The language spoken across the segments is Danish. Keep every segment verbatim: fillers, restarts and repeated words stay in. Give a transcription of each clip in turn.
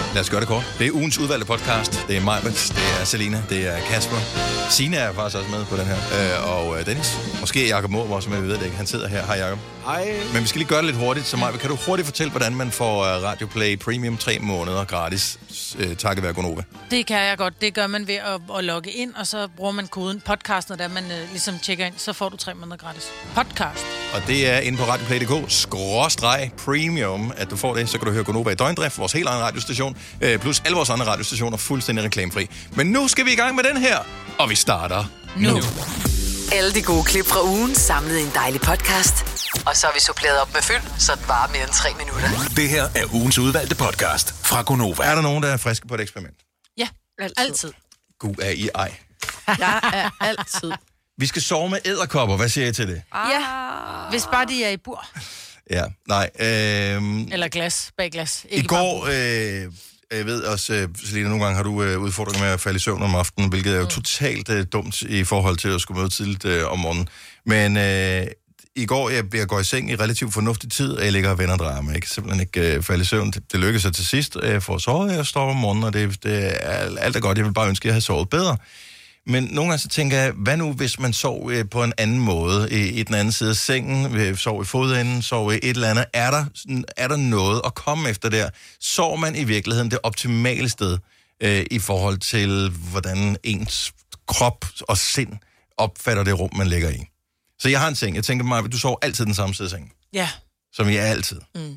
Lad os gøre det kort. Det er ugens udvalgte podcast. Det er Majbert, det er Selina, det er Kasper. Signe er faktisk også med på den her. Øh, og Dennis. Måske Jakob Måb, som jeg ved det ikke. Han sidder her. Hej Jakob. Hej. Men vi skal lige gøre det lidt hurtigt. Så Majbert, kan du hurtigt fortælle, hvordan man får Radio Play Premium tre måneder gratis, øh, takket være Gonova? Det kan jeg godt. Det gør man ved at, at logge ind, og så bruger man koden podcast, når der man øh, ligesom tjekker ind, så får du tre måneder gratis. Podcast. Og det er inde på radioplay punktum d k skråstreg premium, at du får det. Så kan du høre Gonova i døgndrift, vores helt egen radiostation, øh, plus alle vores andre radiostationer, fuldstændig reklamefri. Men nu skal vi i gang med den her, og vi starter nu. nu. Alle de gode klip fra ugen samlet i en dejlig podcast. Og så har vi suppleret op med fyld, så det varer mere end tre minutter. Det her er ugens udvalgte podcast fra Gonova. Er der nogen, der er friske på et eksperiment? Ja, altid. altid. God er I ej. Jeg er altid. Vi skal sove med edderkopper. Hvad siger I til det? Ja, hvis bare de er i bur. Ja, nej. Øh... Eller glas, bag glas. Ikke I går, øh, jeg ved også, øh, Selina, nogle gange har du øh, udfordringer med at falde i søvn om aftenen, hvilket er jo mm. totalt øh, dumt i forhold til at skulle møde tidligt øh, om morgenen. Men øh, i går, jeg, jeg går i seng i relativt fornuftig tid, og jeg ligger og vender og drejer mig. Jeg kan simpelthen ikke øh, falde i søvn. Det, det lykkedes sig til sidst. Jeg får sovet, jeg står om morgenen, og det, det er alt er godt. Jeg vil bare ønske, at jeg havde sovet bedre. Men nogle gange så tænker jeg, hvad nu hvis man sov øh, på en anden måde, i, i den anden side af sengen, øh, sov i fodenden, sov i et eller andet. Er der, er der noget at komme efter der? Sov man i virkeligheden det optimale sted øh, i forhold til, hvordan ens krop og sind opfatter det rum, man ligger i? Så jeg har en seng. Jeg tænker mig, du sover altid den samme side af sengen. Ja. Som jeg er altid. Mm.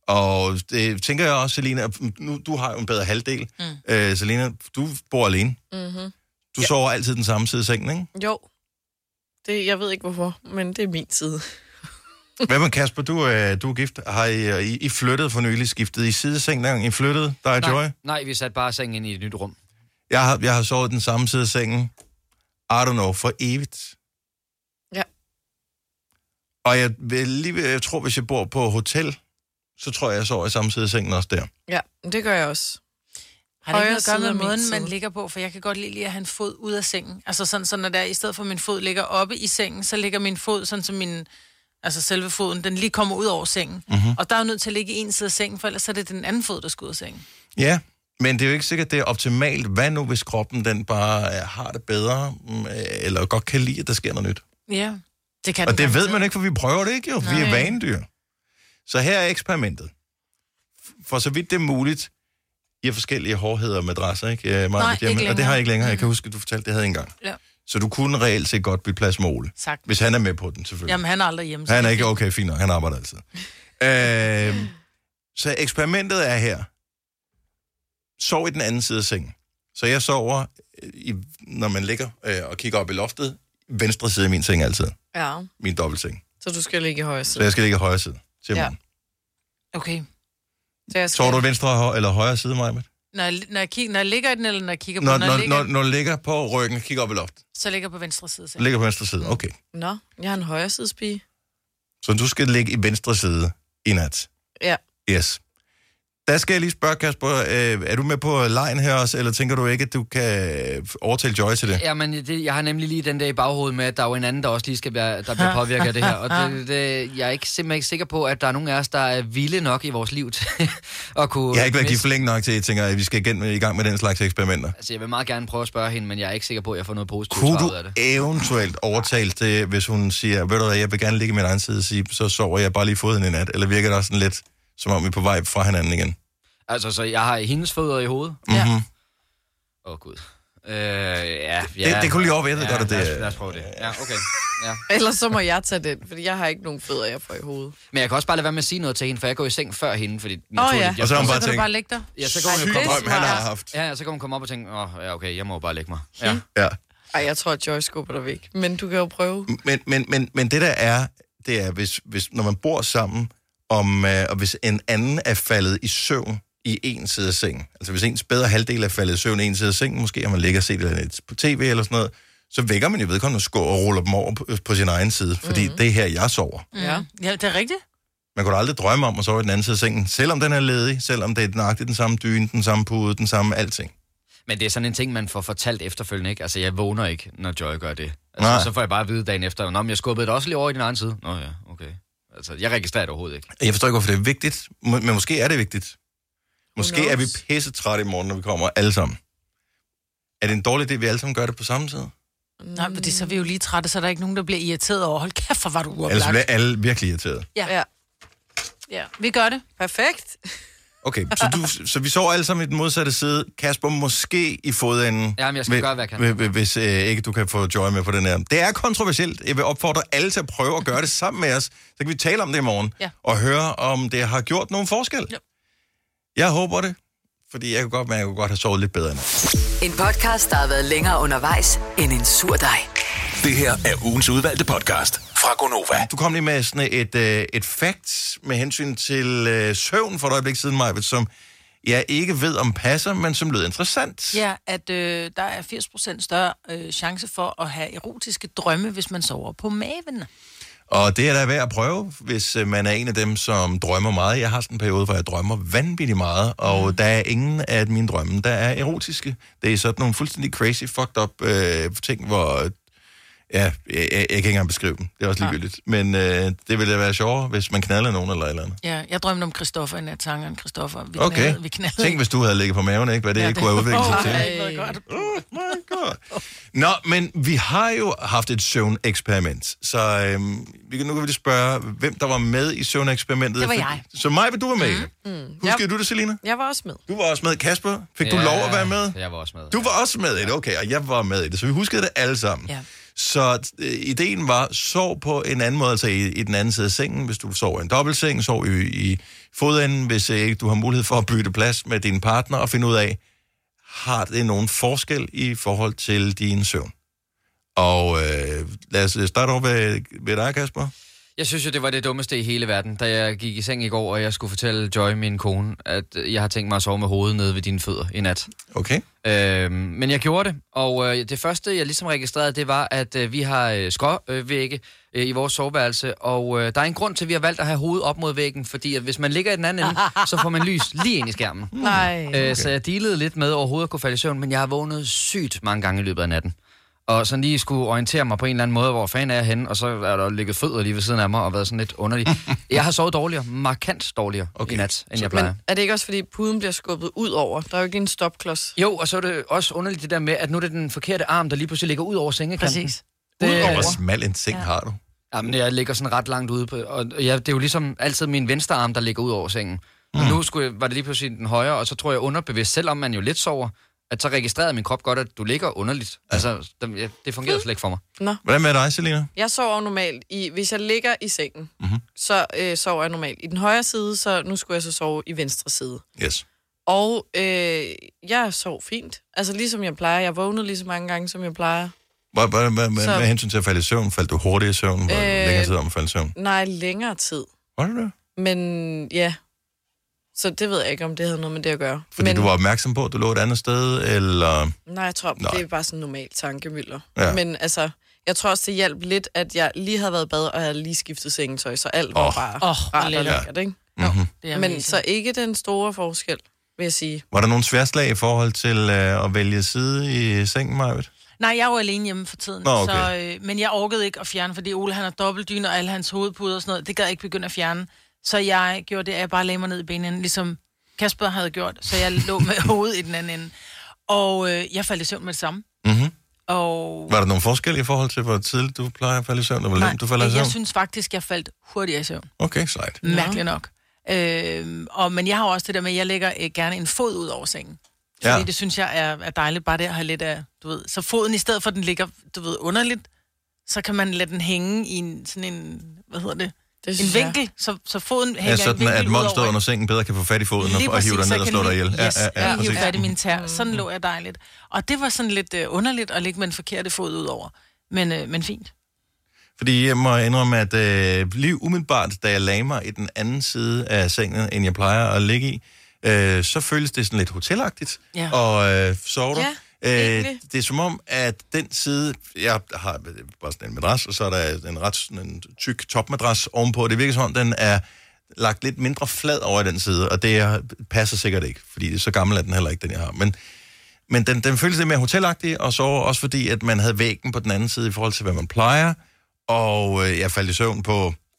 Og det tænker jeg også, Selina, nu, du har jo en bedre halvdel. Mm. Øh, Selina, du bor alene. Mhm. Du ja. sover altid den samme side af sengen, ikke? Jo. Det, jeg ved ikke hvorfor, men det er min side. Hvad med Kasper? Du, er, du er gift. Har I, I, I flyttet for nylig? Skiftet I sideseng der? I flyttet? Der er Joy? Nej, vi satte bare sengen ind i et nyt rum. Jeg har, jeg har sovet den samme side af sengen. I don't know, for evigt. Ja. Og jeg, vil lige, jeg tror, hvis jeg bor på hotel, så tror jeg, jeg sover i samme side af sengen også der. Ja, det gør jeg også. Har det ikke noget at gøre med måden, man ligger på? For jeg kan godt lide at have en fod ud af sengen. Altså sådan, så når der i stedet for min fod ligger oppe i sengen, så ligger min fod sådan som min, altså selve foden, den lige kommer ud over sengen. Mm-hmm. Og der er jo nødt til at ligge i en side af sengen, for ellers er det den anden fod, der skal ud af sengen. Ja, men det er jo ikke sikkert, det er optimalt. Hvad nu, hvis kroppen den bare har det bedre, eller godt kan lide, at der sker noget nyt? Ja, det kan Og det ved man ikke, for vi prøver det ikke jo. Nej. Vi er vanedyr. Så her er eksperimentet. For så vidt det er muligt, I har forskellige hårdheder og madrasser, ikke? Nej, Nej, ikke længere. Og det har jeg ikke længere. Jeg kan huske, at du fortalte, det havde jeg engang. Ja. Så du kunne reelt set godt bytte plads med Ole. Sagt. Hvis han er med på den, selvfølgelig. Jamen, han er aldrig hjemme. Han er ikke okay, fint nok. Han arbejder altid. øh, så eksperimentet er her. Sov i den anden side af sengen. Så jeg sover, i, når man ligger øh, og kigger op i loftet, venstre side af min seng altid. Ja. Min dobbeltseng. Så du skal ligge i højre side. Så jeg skal ligge i højre side. Ja. Okay. Så jeg skal... Sover du venstre eller højre side, Majbert? Når jeg, når, jeg kigger, når jeg ligger i den, eller når jeg kigger på når, den? Når, når, ligger... når, når du ligger på ryggen og kigger op i loftet? Så ligger jeg på venstre side. Så. Ligger på venstre side, okay. Nå, jeg har en højre sidespige. Så du skal ligge i venstre side i nat? Ja. Yes. Der skal jeg lige spørge, Kasper, øh, er du med på lejen her også, eller tænker du ikke, at du kan overtale Joy til det? Jamen, det, jeg har nemlig lige den der i baghovedet med, at der er jo en anden, der også lige skal være, der bliver påvirket af det her. Og det, det, jeg er ikke, simpelthen ikke sikker på, at der er nogen af os, der er vilde nok i vores liv til at kunne... Jeg har ikke været gift for længe nok til, at jeg tænker, at vi skal igen i gang med den slags eksperimenter. Altså, jeg vil meget gerne prøve at spørge hende, men jeg er ikke sikker på, at jeg får noget positivt ud af det. Kunne du eventuelt overtale til, hvis hun siger, ved du hvad, jeg vil gerne ligge i min egen side og sige, så sover jeg bare lige foden i nat, eller virker det også sådan lidt, som om vi er på vej fra hinanden igen? Altså, så jeg har hendes fødder i hovedet? Ja. Åh, oh, Gud. Øh, ja, ja. Det, det kunne lige over, jeg ved ja, godt, at det... Lad os, lad os prøve det. Ja, okay. Ja. Ellers så må jeg tage den, fordi jeg har ikke nogen fødder, jeg får i hovedet. Men jeg kan også bare lade være med at sige noget til hende, for jeg går i seng før hende, fordi... Åh oh, ja. Og så har hun bare så kan du bare lægge dig? Ja, så kan hun jo komme op. Han har haft. Ja, så kan hun komme op og tænke, åh, oh, ja, okay, jeg må jo bare lægge mig. Ja. Ja. Ej, jeg tror, at Joy skubber dig væk, men du kan jo prøve. Men, men, men, men det der er, det er, hvis, hvis når man bor sammen, om, øh, og hvis en anden er faldet i søvn, i en side af sengen. Altså hvis ens bedre halvdel er faldet i søvn i en side af sengen, måske har man ligget og set det på tv eller sådan noget, så vækker man jo vedkommende sko og ruller dem over på, på sin egen side, fordi mm-hmm. det er her, jeg sover. Mm. Ja. Ja, det er rigtigt. Man kunne da aldrig drømme om at sove i den anden side af sengen, selvom den er ledig, selvom det er nøjagtigt den samme dyne, den samme pude, den samme alting. Men det er sådan en ting, man får fortalt efterfølgende, ikke? Altså, jeg vågner ikke, når Joy gør det. Altså, så får jeg bare at vide dagen efter, nå, men jeg skubbede det også lige over i din egen side. Nå ja, okay. Altså, jeg registrerer det overhovedet ikke. Jeg forstår ikke, hvorfor det er vigtigt, men måske er det vigtigt. Måske er vi pisse trætte i morgen, når vi kommer alle sammen. Er det en dårlig idé, at vi alle sammen gør det på samme tid? Nej, men det, så er vi jo lige trætte, så er der ikke nogen, der bliver irriteret over. Hold kæft, hvor var du uoplagt. Ellers bliver alle virkelig irriteret. Ja. Ja. ja, vi gør det. Perfekt. Okay, så, du, så vi sover alle sammen i den modsatte side. Kasper, måske i fodenden. Jamen, jeg skal hvis, gøre, hvad jeg kan. Hvis øh, ikke du kan få Joy med på den her. Det er kontroversielt. Jeg vil opfordre alle til at prøve at gøre det sammen med os. Så kan vi tale om det i morgen. Ja. Og høre, om det har gjort nogen forskel. Ja. Jeg håber det. Fordi jeg kunne godt, man kunne godt have sovet lidt bedre end. En podcast, der har været længere undervejs end en sur dej. Det her er ugens udvalgte podcast fra Gonova. Du kom lige med sådan et, øh, et fact med hensyn til øh, søvn for et øjeblik siden, Majbet, som jeg ikke ved om passer, men som lød interessant. Ja, at øh, der er firs procent større øh, chance for at have erotiske drømme, hvis man sover på maven. Og det er da værd at prøve, hvis øh, man er en af dem, som drømmer meget. Jeg har sådan en periode, hvor jeg drømmer vanvittigt meget, og mm. der er ingen af mine drømme, der er erotiske. Det er sådan nogle fuldstændig crazy, fucked up øh, ting, hvor... Ja, jeg, jeg, jeg kan ikke engang beskrive dem. Det er også ligegyldigt. Ja. Men øh, det ville da være sjovere, hvis man knalder nogen eller et eller andet. Ja, jeg drømte om Christoffer i natsangeren. Christoffer, vi okay. knaldede, vi knaldede. Tænk, hvis du havde ligget på maven, ikke? Hvad det ja, ikke kunne have udviklet sig til. Det godt. Oh my god. Nå, men vi har jo haft et søvneksperiment. Så øhm, vi kan, nu kan vi lige spørge, hvem der var med i søvneksperimentet. Det var jeg. Så Maj, du var med mm. i det. Mm. Husker jeg, du det, Selina? Jeg var også med. Du var også med. Kasper, fik ja, du lov at være med? Jeg var også med. Du var også med i det, okay, og jeg var med i det. Så vi huskede det alle sammen. Ja. Så øh, ideen var, sov på en anden måde, altså i, i den anden side af sengen, hvis du sover i en dobbeltseng, sov i, i fodenden, hvis ikke du har mulighed for at bytte plads med din partner, og finde ud af, har det nogen forskel i forhold til din søvn? Og øh, lad os starte over ved, ved dig, Kasper. Jeg synes jo, det var det dummeste i hele verden, da jeg gik i seng i går, og jeg skulle fortælle Joy, min kone, at jeg har tænkt mig at sove med hovedet nede ved dine fødder i nat. Okay. Øhm, men jeg gjorde det, og øh, det første, jeg ligesom registrerede, det var, at øh, vi har øh, skråvægge øh, i vores soveværelse, og øh, der er en grund til, at vi har valgt at have hovedet op mod væggen, fordi at hvis man ligger i den anden ende, så får man lys lige ind i skærmen. Nej. Okay. Øh, så jeg dealede lidt med overhovedet at kunne falde i søvn, men jeg har vågnet sygt mange gange i løbet af natten. Og så lige skulle orientere mig på en eller anden måde, hvor fanden er jeg henne, og så er der ligget fødder lige ved siden af mig og været sådan lidt underlig. Jeg har sovet dårligere, markant dårligere okay. i nat, end så, jeg plejer. Men er det ikke også, fordi puden bliver skubbet ud over? Der er jo ikke en stopklods. Jo, og så er det også underligt det der med, at nu er det den forkerte arm, der lige pludselig ligger ud over sengekanten. Præcis. Det... Udover hvor smal en seng ja. har du? Jamen, jeg ligger sådan ret langt ude på, og ja, det er jo ligesom altid min venstre arm, der ligger ud over sengen. Mm. Og nu skulle, var det lige pludselig den højre, og så tror jeg underbevidst, selvom man jo lidt sover, at så registrerede min krop godt, at du ligger underligt. Ja. Altså, det, det fungerede slet ikke for mig. Nå. Hvordan med dig, Selina? Jeg sover normalt i... Hvis jeg ligger i sengen, mm-hmm. så øh, sover jeg normalt i den højre side, så nu skulle jeg så sove i venstre side. Yes. Og øh, jeg sov fint. Altså ligesom jeg plejer. Jeg vågnede lige så mange gange, som jeg plejer. Hvad, hvad, hvad, med, med hensyn til at falde i søvn? Faldt du hurtigt i søvn? Hvor øh, længere tid om at falde i søvn? Nej, længere tid. Var det det? Men ja... Så det ved jeg ikke, om det havde noget med det at gøre. Fordi men... du var opmærksom på, at du lå et andet sted, eller... Nej, jeg tror, Nej. det er bare sådan en normal tankemøller. Ja. Men altså, jeg tror også, det hjalp lidt, at jeg lige havde været i bad, og jeg havde lige skiftet sengetøj, så alt var oh. bare oh, rart og ja. lækkert, ikke? Mm-hmm. Det er men så ikke den store forskel, vil jeg sige. Var der nogle sværslag i forhold til øh, at vælge side i sengen, Majbet? Nej, jeg er jo alene hjemme for tiden, Nå, okay. så, øh, men jeg orkede ikke at fjerne, fordi Ole han har dobbeltdyne og alle hans hovedpuder og sådan noget. Det gad jeg ikke begynde at fjerne. Så jeg gjorde det, at jeg bare lagde mig ned i benene, ligesom Kasper havde gjort, så jeg lå med hovedet i den anden ende. Og øh, jeg faldt i søvn med det samme. Mm-hmm. Og... Var der nogle forskel i forhold til, hvor tidligt du plejer at falde i søvn, og hvor længe du falder i søvn? jeg synes faktisk, jeg faldt hurtigere i søvn. Okay, sejt. Mærkeligt nok. Øh, og, men jeg har også det der med, at jeg lægger øh, gerne en fod ud over sengen. Fordi ja. det synes jeg er, er dejligt, bare det at have lidt af, du ved. Så foden, i stedet for at den ligger, du ved, underligt, så kan man lade den hænge i en, sådan en, hvad hedder det? Det en vinkel, så, så foden hænger ja, sådan, en vinkel at monsteret under sengen bedre kan få fat i foden og, og hive dig ned og slå dig ihjel. Yes, ja, ja, ja, hive fat i min tær. Mm. Sådan lå jeg dejligt. Og det var sådan lidt uh, underligt at ligge med en forkerte fod ud over. Men, uh, men fint. Fordi jeg må indrømme, at øh, lige umiddelbart, da jeg lagde mig i den anden side af sengen, end jeg plejer at ligge i, øh, så føles det sådan lidt hotelagtigt ja. og øh, sove der. Ja. Øh, det er som om, at den side, jeg har bare sådan en madras, og så er der en ret sådan en tyk topmadras ovenpå. Det virker som om, den er lagt lidt mindre flad over i den side, og det er, passer sikkert ikke, fordi det er så gammel, at den heller ikke, den jeg har. Men, men den, den føles lidt mere hotelagtig, og så også fordi, at man havde væggen på den anden side i forhold til, hvad man plejer, og øh, jeg faldt i søvn på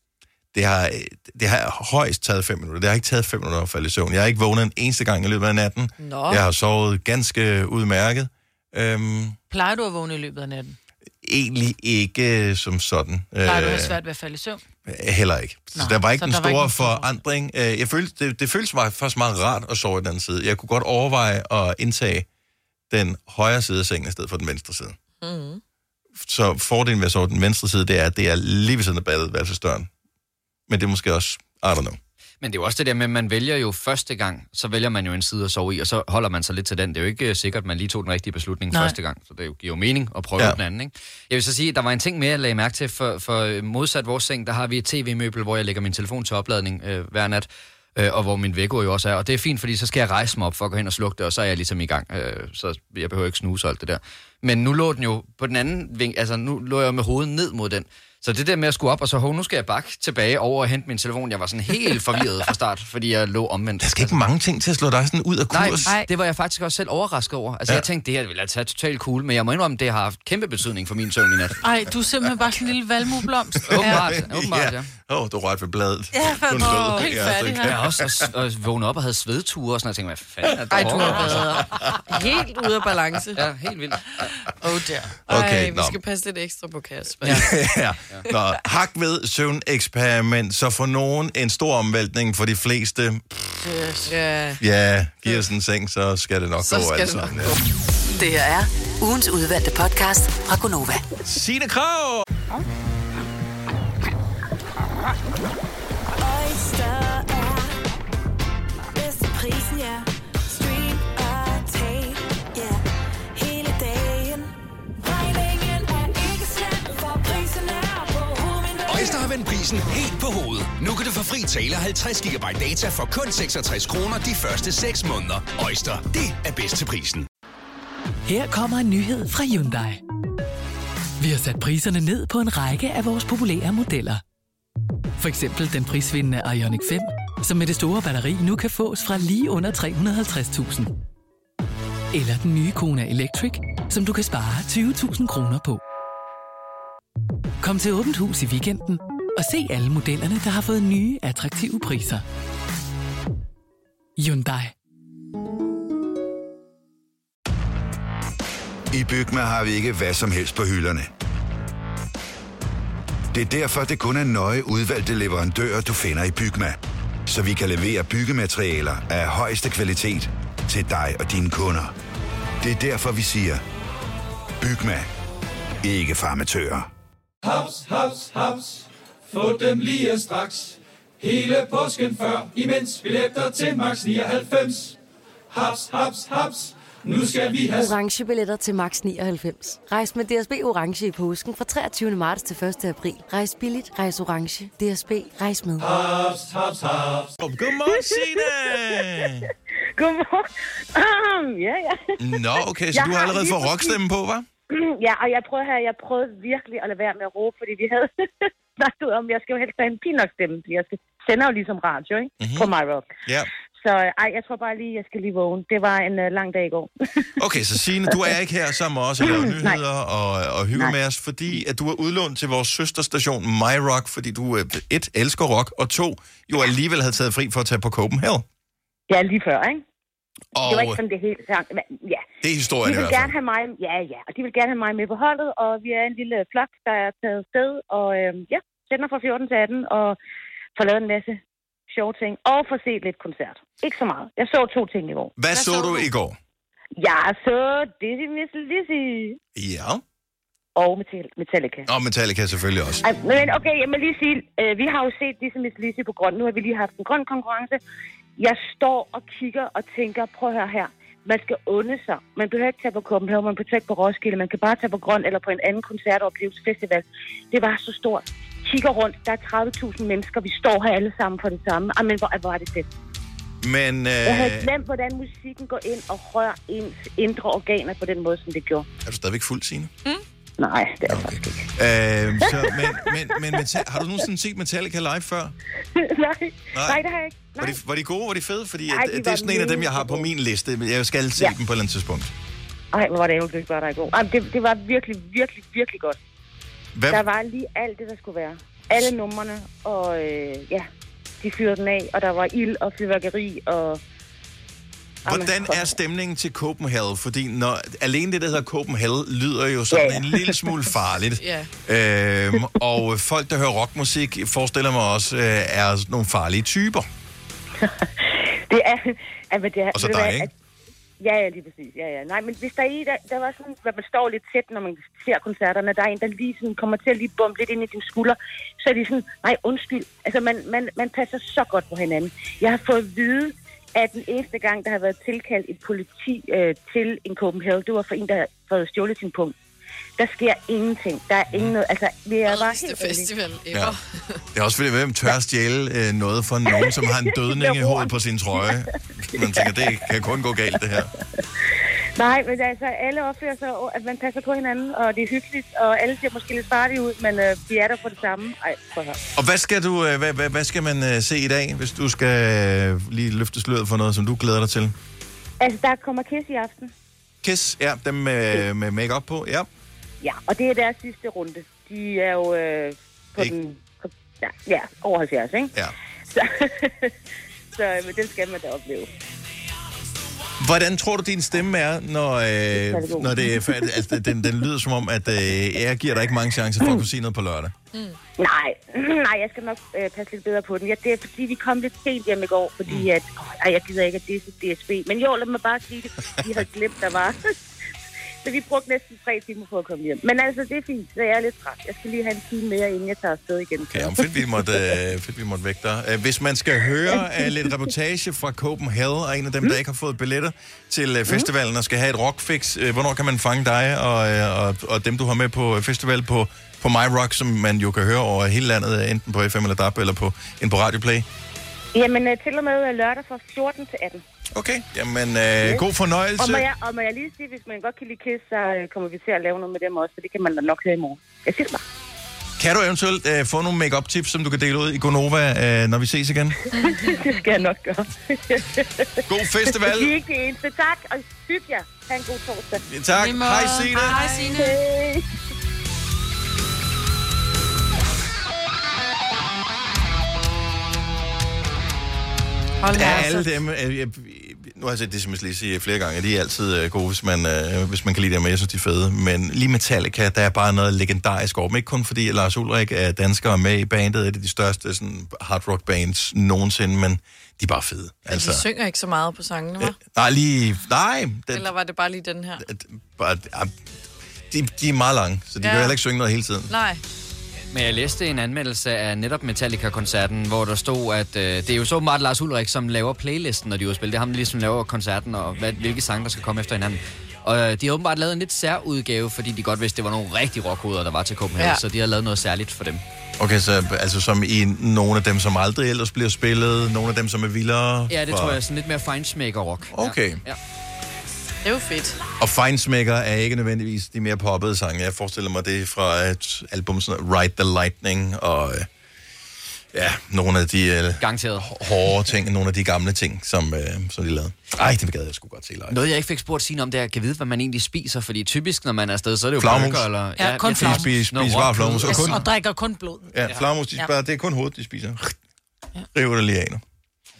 det har, det har højst taget fem minutter. Det har ikke taget fem minutter at falde i søvn. Jeg har ikke vågnet en eneste gang i løbet af natten. Nå. Jeg har sovet ganske udmærket. Øhm, Plejer du at vågne i løbet af natten? egentlig ikke som sådan. Plejer du at have svært ved at falde i søvn? Heller ikke. Så Nå, der var ikke så en der var store ikke forandring. Jeg følte, det, det føltes faktisk meget rart at sove i den anden side. Jeg kunne godt overveje at indtage den højre side af sengen i stedet for den venstre side. Mm. Så fordelen ved at sove den venstre side, det er, at det er lige ved siden af badeværelsesdøren. Men det er måske også, I don't know. Men det er jo også det der med, at man vælger jo første gang, så vælger man jo en side at sove i, og så holder man sig lidt til den. Det er jo ikke sikkert, at man lige tog den rigtige beslutning Nej. første gang, så det giver jo mening at prøve ja. den anden, ikke? Jeg vil så sige, at der var en ting mere, jeg lagde mærke til, for, for modsat vores seng, der har vi et tv-møbel, hvor jeg lægger min telefon til opladning øh, hver nat, øh, og hvor min vækkeur jo også er, og det er fint, fordi så skal jeg rejse mig op for at gå hen og slukke det, og så er jeg ligesom i gang, øh, så jeg behøver ikke snuse og alt det der. Men nu lå den jo på den anden vinkel, altså nu lå jeg med hovedet ned mod den. Så det der med at skulle op, og så, nu skal jeg bakke tilbage over og hente min telefon. Jeg var sådan helt forvirret fra start, fordi jeg lå omvendt. Der skal ikke mange ting til at slå dig sådan ud af kurs. Nej, det var jeg faktisk også selv overrasket over. Altså, ja. jeg tænkte, det her ville jeg tage totalt cool, men jeg må indrømme, det har haft kæmpe betydning for min søvn i nat. Ej, du er simpelthen bare sådan en lille valmueblomst. Åbenbart, åbenbart, ja. Åh, oh, du rørte ved bladet. Ja, for du er helt færdig her. Jeg har også og, og vågnet op og havde svedture og sådan noget. Jeg tænkte, hvad fanden er det? Ej, du har været helt ude af balance. Ja, helt vildt. Ja. Oh dear. Okay, Ej, vi nå. skal passe lidt ekstra på Kasper. Ja. ja. Nå, hak ved søvneksperiment, så for nogen en stor omvæltning, for de fleste, Yes. Ja. ja, giver sådan en seng, så skal det nok Så gå skal alt det nok sammen. gå. Ja. Det her er ugens udvalgte podcast fra Gonova. Signe Krav! Oyster er bedst til prisen, ja. Stream og tag, ja. Hele dagen. Regningen er ikke slem, for prisen er på hovedet. Oyster har vendt prisen helt på hovedet. Nu kan du få fri tale halvtreds gigabyte data for kun seksogtres kroner de første seks måneder. Oyster, det er bedst til prisen. Her kommer en nyhed fra Hyundai. Vi har sat priserne ned på en række af vores populære modeller. For eksempel den prisvindende Ioniq fem, som med det store batteri nu kan fås fra lige under tre hundrede og halvtreds tusind. Eller den nye Kona Electric, som du kan spare tyve tusind kroner på. Kom til Åbent Hus i weekenden og se alle modellerne, der har fået nye, attraktive priser. Hyundai. I Bygma har vi ikke hvad som helst på hylderne. Det er derfor, det kun er nøje udvalgte leverandører, du finder i Bygma. Så vi kan levere byggematerialer af højeste kvalitet til dig og dine kunder. Det er derfor, vi siger, Bygma. Ikke farmatører. Haps, haps, haps. Få dem lige straks. Hele påsken før, imens billetter til max nioghalvfems. Haps, haps, haps. Nu skal vi have orange billetter til max nioghalvfems. Rejs med D S B orange i påsken fra treogtyvende marts til første april. Rejs billigt, rejs orange. D S B, rejs med. haps, haps, haps. Godmorgen, Signe! Godmorgen. ja, ja. Nå, okay, så Jeg du har har allerede lige fået rockstemme på, hva'? Ja, og jeg prøvede her, jeg prøvede virkelig at lade være med at råbe, fordi vi havde snakket om, at jeg skal jo helst have en peanut-stemme, fordi jeg skal sender jo ligesom radio, ikke? Mm-hmm. På My Rock. Ja. Så ej, jeg tror bare lige, jeg skal lige vågne. Det var en uh, lang dag i går. Okay, så Signe, du er ikke her sammen med os og laver nyheder og, og hygger med os, fordi at du er udlånt til vores søsterstation My Rock, fordi du et, elsker rock, og to, jo alligevel havde taget fri for at tage på Copenhagen. Ja, lige før, ikke? Og det var ikke sådan det helt... Ja. Det er historien de vil i hvert fald. gerne have mig, ja, ja, og de vil gerne have mig med på holdet, og vi er en lille flok, der er taget sted, og øh, ja, sender fra fjorten til atten, og får lavet en masse sjove ting, og får set lidt koncert. Ikke så meget. Jeg så to ting i går. Hvad, Hvad så, så du i går? Jeg så Dizzy Miss Lizzy. Ja. Og Metallica. Og Metallica selvfølgelig også. Ej, men okay, jeg må lige sige, øh, vi har jo set Dizzy Miss Lizzy på grøn. Nu har vi lige haft en grøn konkurrence. Jeg står og kigger og tænker, prøv at høre her. Man skal unde sig. Man behøver ikke tage på Copenhagen, man behøver ikke på Roskilde. Man kan bare tage på grøn eller på en anden koncertoplevelsesfestival. Det var så stort. Kigger rundt, der er tredive tusind mennesker. Vi står her alle sammen for det samme. Jamen, hvor var det fedt. Men, øh... Jeg havde glemt, hvordan musikken går ind og rører ens indre organer på den måde, som det gjorde. Er du stadigvæk fuld, Signe? Mm? Nej, det er okay. faktisk ikke. Øh, så, men, men, men Meta- har du nogensinde set Metallica live før? Nej. Nej, Nej, det har jeg ikke. Nej. Var, de, var de gode? Var de fede? Fordi Nej, de det er sådan en af dem, jeg har på min liste. Jeg skal se ja. dem på et eller andet tidspunkt. Ej, hvor var det ærgerligt, ikke var der i går. Ej, det, det var virkelig, virkelig, virkelig godt. Hvad? Der var lige alt det, der skulle være. alle numrene, og øh, ja, de fyrede den af, og der var ild og fyrværkeri, og... Hvordan er stemningen til Copenhagen? Fordi når, alene det, der hedder Copenhagen, lyder jo sådan ja, ja. en lille smule farligt. yeah. øhm, og folk, der hører rockmusik, forestiller mig også, øh, er nogle farlige typer. det er... Altså, det er og så dig, ikke? At, ja, ja, lige præcis. Ja, ja. Nej, men hvis der er i, der, der var sådan, at man står lidt tæt, når man ser koncerterne, der er en, der lige sådan kommer til at lige bombe lidt ind i din skulder, så er de sådan, nej, undskyld. Altså, man, man, man passer så godt på hinanden. Jeg har fået at vide, at den eneste gang, der har været tilkaldt et politi øh, til en Copenhagen, det var for en, der havde fået stjålet sin punkt. Der sker ingenting. Der er ingen noget. Altså, vi er bare helt festival ever. Ja. Det er også fordi, hvem tør stjæle øh, noget for nogen, som har en dødning i hovedet på sin trøje. Man tænker, det kan kun gå galt, det her. Nej, men altså, alle opfører sig, at man passer på hinanden, og det er hyggeligt, og alle ser måske lidt farlige ud, men øh, vi er der for det samme. Ej, prøv at høre. Og hvad skal, du, øh, hvad, hvad, hvad skal man øh, se i dag, hvis du skal øh, lige løfte sløret for noget, som du glæder dig til? Altså, der kommer Kiss i aften. Kiss, ja, dem med, med make-up på, ja. Ja, og det er deres sidste runde. De er jo øh, på Ik- den... På, ja, ja, over halvfjerds, ikke? Ja. Så, så men den skal man da opleve. Hvordan tror du, din stemme er, når, øh, når det er færdigt? Altså, den, den lyder som om, at øh, jeg giver dig ikke mange chancer for at kunne sige noget på lørdag. Mm. Nej, nej, jeg skal nok øh, passe lidt bedre på den. Ja, det er fordi, vi kom lidt sent hjem i går, fordi mm. at... Øh, jeg gider ikke, at det er D S B. Men jo, lad mig bare sige det. Vi havde glemt, der var... Så vi brugte næsten tre timer på at komme hjem. Men altså, det er fint, så jeg er lidt træt. Jeg skal lige have en time mere, inden jeg tager afsted igen. Okay, om fedt, vi måtte, øh, fedt, vi måtte vække dig. Hvis man skal høre uh, lidt reportage fra Copenhagen, og en af dem, mm. der ikke har fået billetter til uh, festivalen, og skal have et rockfix, uh, hvornår kan man fange dig og, uh, og, og dem, du har med på festival på, på My Rock, som man jo kan høre over hele landet, enten på F M eller D A B, eller på, en på Radio Play? Jamen, til og med lørdag fra fjorten til atten. Okay, jamen øh, god fornøjelse. Og må, jeg, og må jeg lige sige, hvis man godt kan lide Kiss, så øh, kommer vi til at lave noget med dem også, for det kan man da nok høre i morgen. Jeg siger det bare. Kan du eventuelt øh, få nogle make-up tips, som du kan dele ud i Gonova, øh, når vi ses igen? Det skal jeg nok gøre. God festival. Det er ikke det eneste. Tak, og hygge jer. Ha' en god torsdag. Ja, tak. Hej, Signe. Hej, Signe. Hey. Ja, alle dem, øh, jeg, nu har jeg set det, som jeg lige siger flere gange, de er altid øh, gode, hvis man, øh, hvis man kan lide dem, jeg synes, de er fede. Men lige Metallica, der er bare noget legendarisk over dem. Ikke kun fordi Lars Ulrik er dansker og med i bandet, et af de største sådan, hard rock bands nogensinde, men de er bare fede. Altså, de synger ikke så meget på sangene, hva'? Øh, nej, lige... Nej. Den, Eller var det bare lige den her? Bare, de, de er meget lange, så de ja. kan heller ikke synge noget hele tiden. Nej. Men jeg læste en anmeldelse af netop Metallica-koncerten, hvor der stod, at øh, det er jo så meget Lars Ulrik, som laver playlisten, når de udspiller. Det er ham, der ligesom laver koncerten, og hvad, hvilke sange, der skal komme efter hinanden. Og øh, de har åbenbart lavet en lidt særudgave, fordi de godt vidste, det var nogle rigtig rockhoveder, der var til Copenhagen, ja. Så de har lavet noget særligt for dem. Okay, så altså som i nogle af dem, som aldrig ellers bliver spillet, nogle af dem, som er vildere? Ja, det for... tror jeg, sådan lidt mere feinschmecker-rock. Okay. Ja. Ja. Det er jo fedt. Og Feinschmecker er ikke nødvendigvis de mere poppede sange. Jeg forestiller mig det fra et album sådan Ride the Lightning og øh, ja, nogle af de øh, garanteret hårde ting, nogle af de gamle ting, som, øh, som de lavede. Ej, det gad jeg sgu godt se live. Noget, jeg ikke fik spurgt Signe om, det er, kan vide, hvad man egentlig spiser, fordi typisk, når man er afsted, så er det jo flagmus. burger, eller... Ja, kun flagmus. De spiser spis, bare flagmus. Og, kun... og drikker kun blod. Ja, flagmus, de spiser, ja. Det er kun hovedet, de spiser. Ja. River det lige af nu.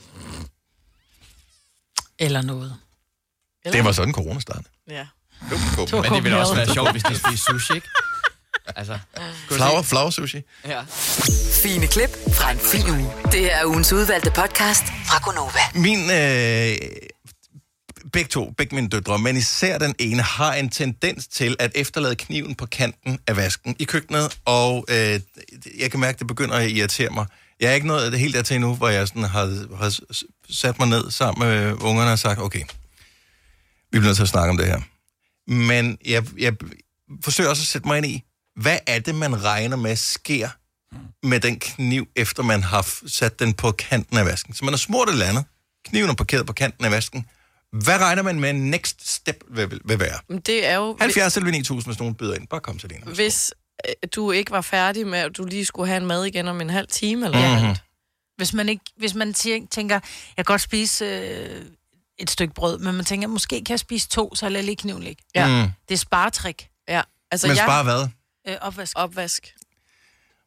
Eller noget. Eller? Det var sådan corona startede. Ja. Men det ville også være sjovt, hvis de spiser sushi, ikke? Altså, flower, flower sushi. Ja. Fine klip fra en fin uge. Det er ugens udvalgte podcast fra Gonova. Min, øh, begge to, begge mine døtre, men især den ene, har en tendens til at efterlade kniven på kanten af vasken i køkkenet, og øh, jeg kan mærke, at det begynder at irritere mig. Jeg er ikke nået det helt dertil endnu, hvor jeg sådan har, har sat mig ned sammen med ungerne og sagt, okay, vi bliver nødt til at snakke om det her. Men jeg, jeg forsøger også at sætte mig ind i, hvad er det, man regner med sker med den kniv, efter man har sat den på kanten af vasken? Så man har smurt et eller andet, kniven er parkeret på kanten af vasken. Hvad regner man med next step vil, vil være? Det er jo... halvfjerds eller ni tusind, hvis nogen byder ind. Bare kom til det. Hvis øh, du ikke var færdig med, at du lige skulle have en mad igen om en halv time, eller mm-hmm. noget. Hvis man ikke, hvis man tænker, jeg kan godt spise øh, et stykke brød, men man tænker, måske kan jeg spise to, så lader jeg lige kniven ligge. Ja. Mm. Det er sparetrik. Ja. Altså, men jeg, spare hvad? Øh, opvask. Opvask.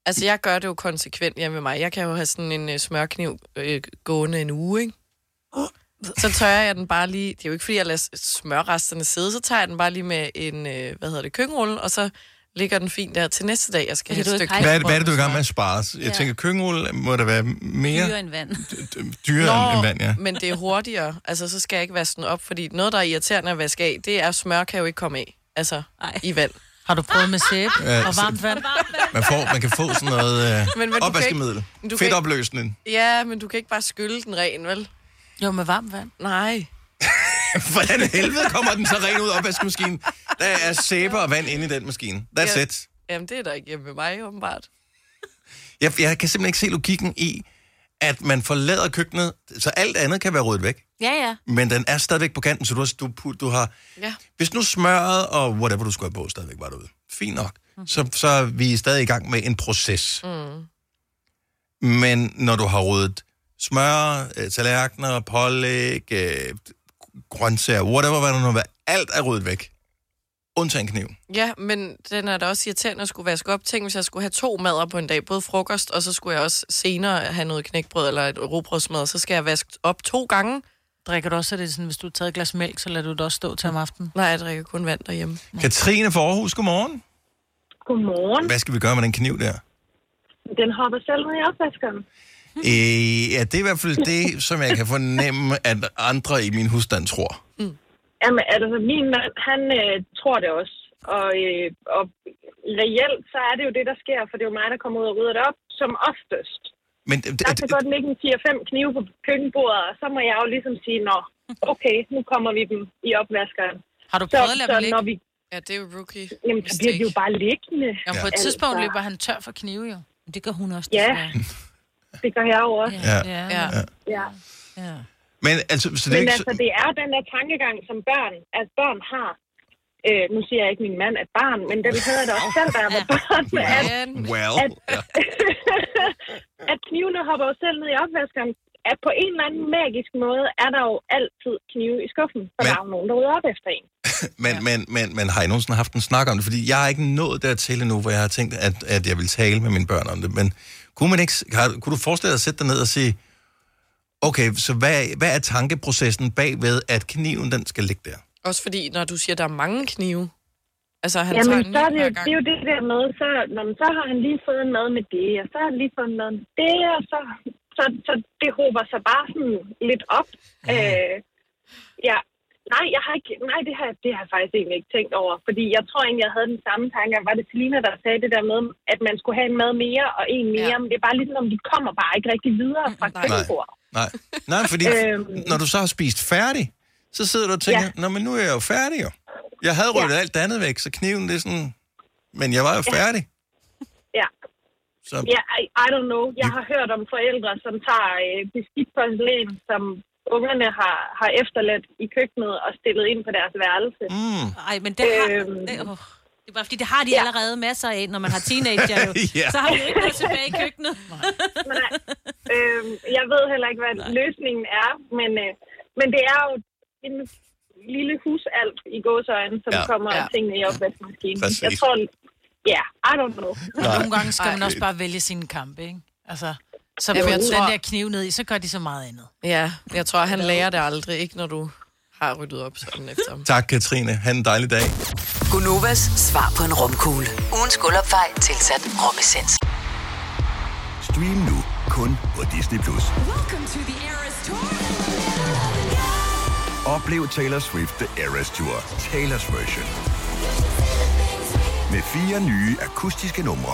Altså, jeg gør det jo konsekvent hjemme med mig. Jeg kan jo have sådan en øh, smørkniv øh, gående en uge, ikke? Så tørrer jeg den bare lige... Det er jo ikke, fordi jeg lader smørresterne sidde. Så tager jeg den bare lige med en, øh, hvad hedder det, køkkenrulle, og så ligger den fint der til næste dag. Jeg skal have et stykke... Hvad er, det, hvad er det, du er i gang med at spare? Jeg ja. tænker, køkkenrulle må der være mere... Dyrere end vand. Dyrere end vand, ja. Men det er hurtigere. Altså, så skal jeg ikke vaske den op, fordi noget, der er irriterende at vaske af, det er, smør kan jo ikke komme af. Altså, Ej. i vand. Har du prøvet med sæbe Ja, og varmt vand? Man, får, man kan få sådan noget øh, Men, men opvaskemiddel. Fedtopløsning. Ja, men du kan ikke bare skylle den ren, vel? Jo, med varmt vand. Nej. Hvordan helvede kommer den så ren ud af opvaskemaskinen? Der er sæbe og vand inde i den maskine. That's ja. it. Jamen, det er der ikke hjemme med mig, åbenbart. Jeg, jeg kan simpelthen ikke se logikken i, at man forlader køkkenet, så alt andet kan være ryddet væk. Ja, ja. Men den er stadigvæk på kanten, så du har... Du, du har ja. Hvis nu smøret og whatever du skulle have på, stadigvæk var derude. Fint nok. Mm. Så, så er vi stadig i gang med en proces. Mm. Men når du har ryddet smør, øh, tallerkener, pålæg, øh, grøntsager, whatever, hvad der nu er, alt er ryddet væk. Undtagen kniv. Ja, men den er da også irriterende at skulle vaske op. Tænk, hvis jeg skulle have to madder på en dag, både frokost, og så skulle jeg også senere have noget knækbrød eller et rugbrødsmad, så skal jeg vaske op to gange. Drikker du også det sådan, hvis du har taget et glas mælk, så lader du det også stå til om aftenen? Nej, jeg drikker kun vand derhjemme. Katrine fra Aarhus, godmorgen. Godmorgen. Hvad skal vi gøre med den kniv der? Den hopper selv ned i opvaskeren. Øh, ja, det er i hvert fald det, som jeg kan fornemme, at andre i min husstand tror. Mm. Jamen, altså, min mand, han øh, tror det også. Og, øh, og reelt, så er det jo det, der sker, for det er jo mig, der kommer ud og rydder det op, som oftest. Men, det, der kan godt ligge en fire fem knive på køkkenbordet, og så må jeg jo ligesom sige, nå, okay, nu kommer vi dem i opvaskeren. Har du prøvet så, at lade dem ligge? Vi... Ja, det er jo rookie. Jamen, så bliver de jo bare liggende. Ja, på et altså... tidspunkt løber han tør for knive, jo. Det gør hun også. Ja, det gør jeg jo også. Ja. Ja. Ja. ja. ja. ja. Men altså, så det Men er ikke... altså, det er den der tankegang, som børn, at børn har. Øh, nu siger jeg ikke, min mand er et barn, men den havde jeg da også selv, da jeg var barn. At, well, at, at knivene hopper jo selv ned i opvaskeren. At på en eller anden magisk måde er der jo altid knive i skuffen, for men, der er jo nogen, der rydder op efter en. men, ja. men, men, men har I nogensinde haft en snak om det? Fordi jeg har ikke nået dertil endnu, hvor jeg har tænkt, at, at jeg vil tale med mine børn om det. Men kunne, man ikke, har, kunne du forestille dig at sætte dig ned og sige, okay, så hvad, hvad er tankeprocessen bagved, at kniven den skal ligge der? Også fordi, når du siger, at der er mange knive, altså han Jamen, tager en så er det, hver gang. det er jo det der med, så, når man, så har han lige fået en mad med det, og så har han lige fået en mad med det, og så, så, så det hober sig bare sådan lidt op. Mm. Øh, ja, nej, jeg har ikke, nej det, har, det har jeg faktisk egentlig ikke tænkt over, fordi jeg tror egentlig, jeg havde den samme tanke. Var det Selina, der sagde det der med, at man skulle have en mad mere og en mere, ja. Men det er bare ligesom, om de kommer bare ikke rigtig videre fra køkkenbordet. Nej, nej, fordi øhm, når du så har spist færdig, så sidder du og tænker, ja. Nå, men nu er jeg jo færdig jo. Jeg havde ryddet ja. alt andet væk, så kniven det er sådan... Men jeg var jo færdig. Ja. Så... Ja, I, I don't know. Jeg har hørt om forældre, som tager øh, beskidt porcelæn, som ungerne har, har efterladt i køkkenet og stillet ind på deres værelse. Mm. Ej, men det har... Øhm, det, oh. Det er bare fordi, det har de ja. allerede masser af, når man har teenager jo. ja. Så har vi jo ikke noget tilbage i køkkenet. Nej. Øhm, jeg ved heller ikke, hvad Nej. løsningen er, men, øh, men det er jo en lille husalt i gåseøjne, som ja. kommer ja. tingene i opvaskemaskinen. Jeg tror, ja, yeah, I don't know. Nogle gange skal man også bare vælge sine kampe, ikke? Altså, så ja, jeg tror, den der kniv ned i, så gør de så meget andet. Ja, jeg tror, han lærer det aldrig, ikke når du har ryddet op sådan efter ham. Tak, Katrine. Ha' en dejlig dag. Gunovas svar på en romkugle. Ugens guldopfej tilsat romessens. Stream nu kun på Disney plus. Oplev Taylor Swift The Eras Tour, Taylor's version. Med fire nye akustiske numre.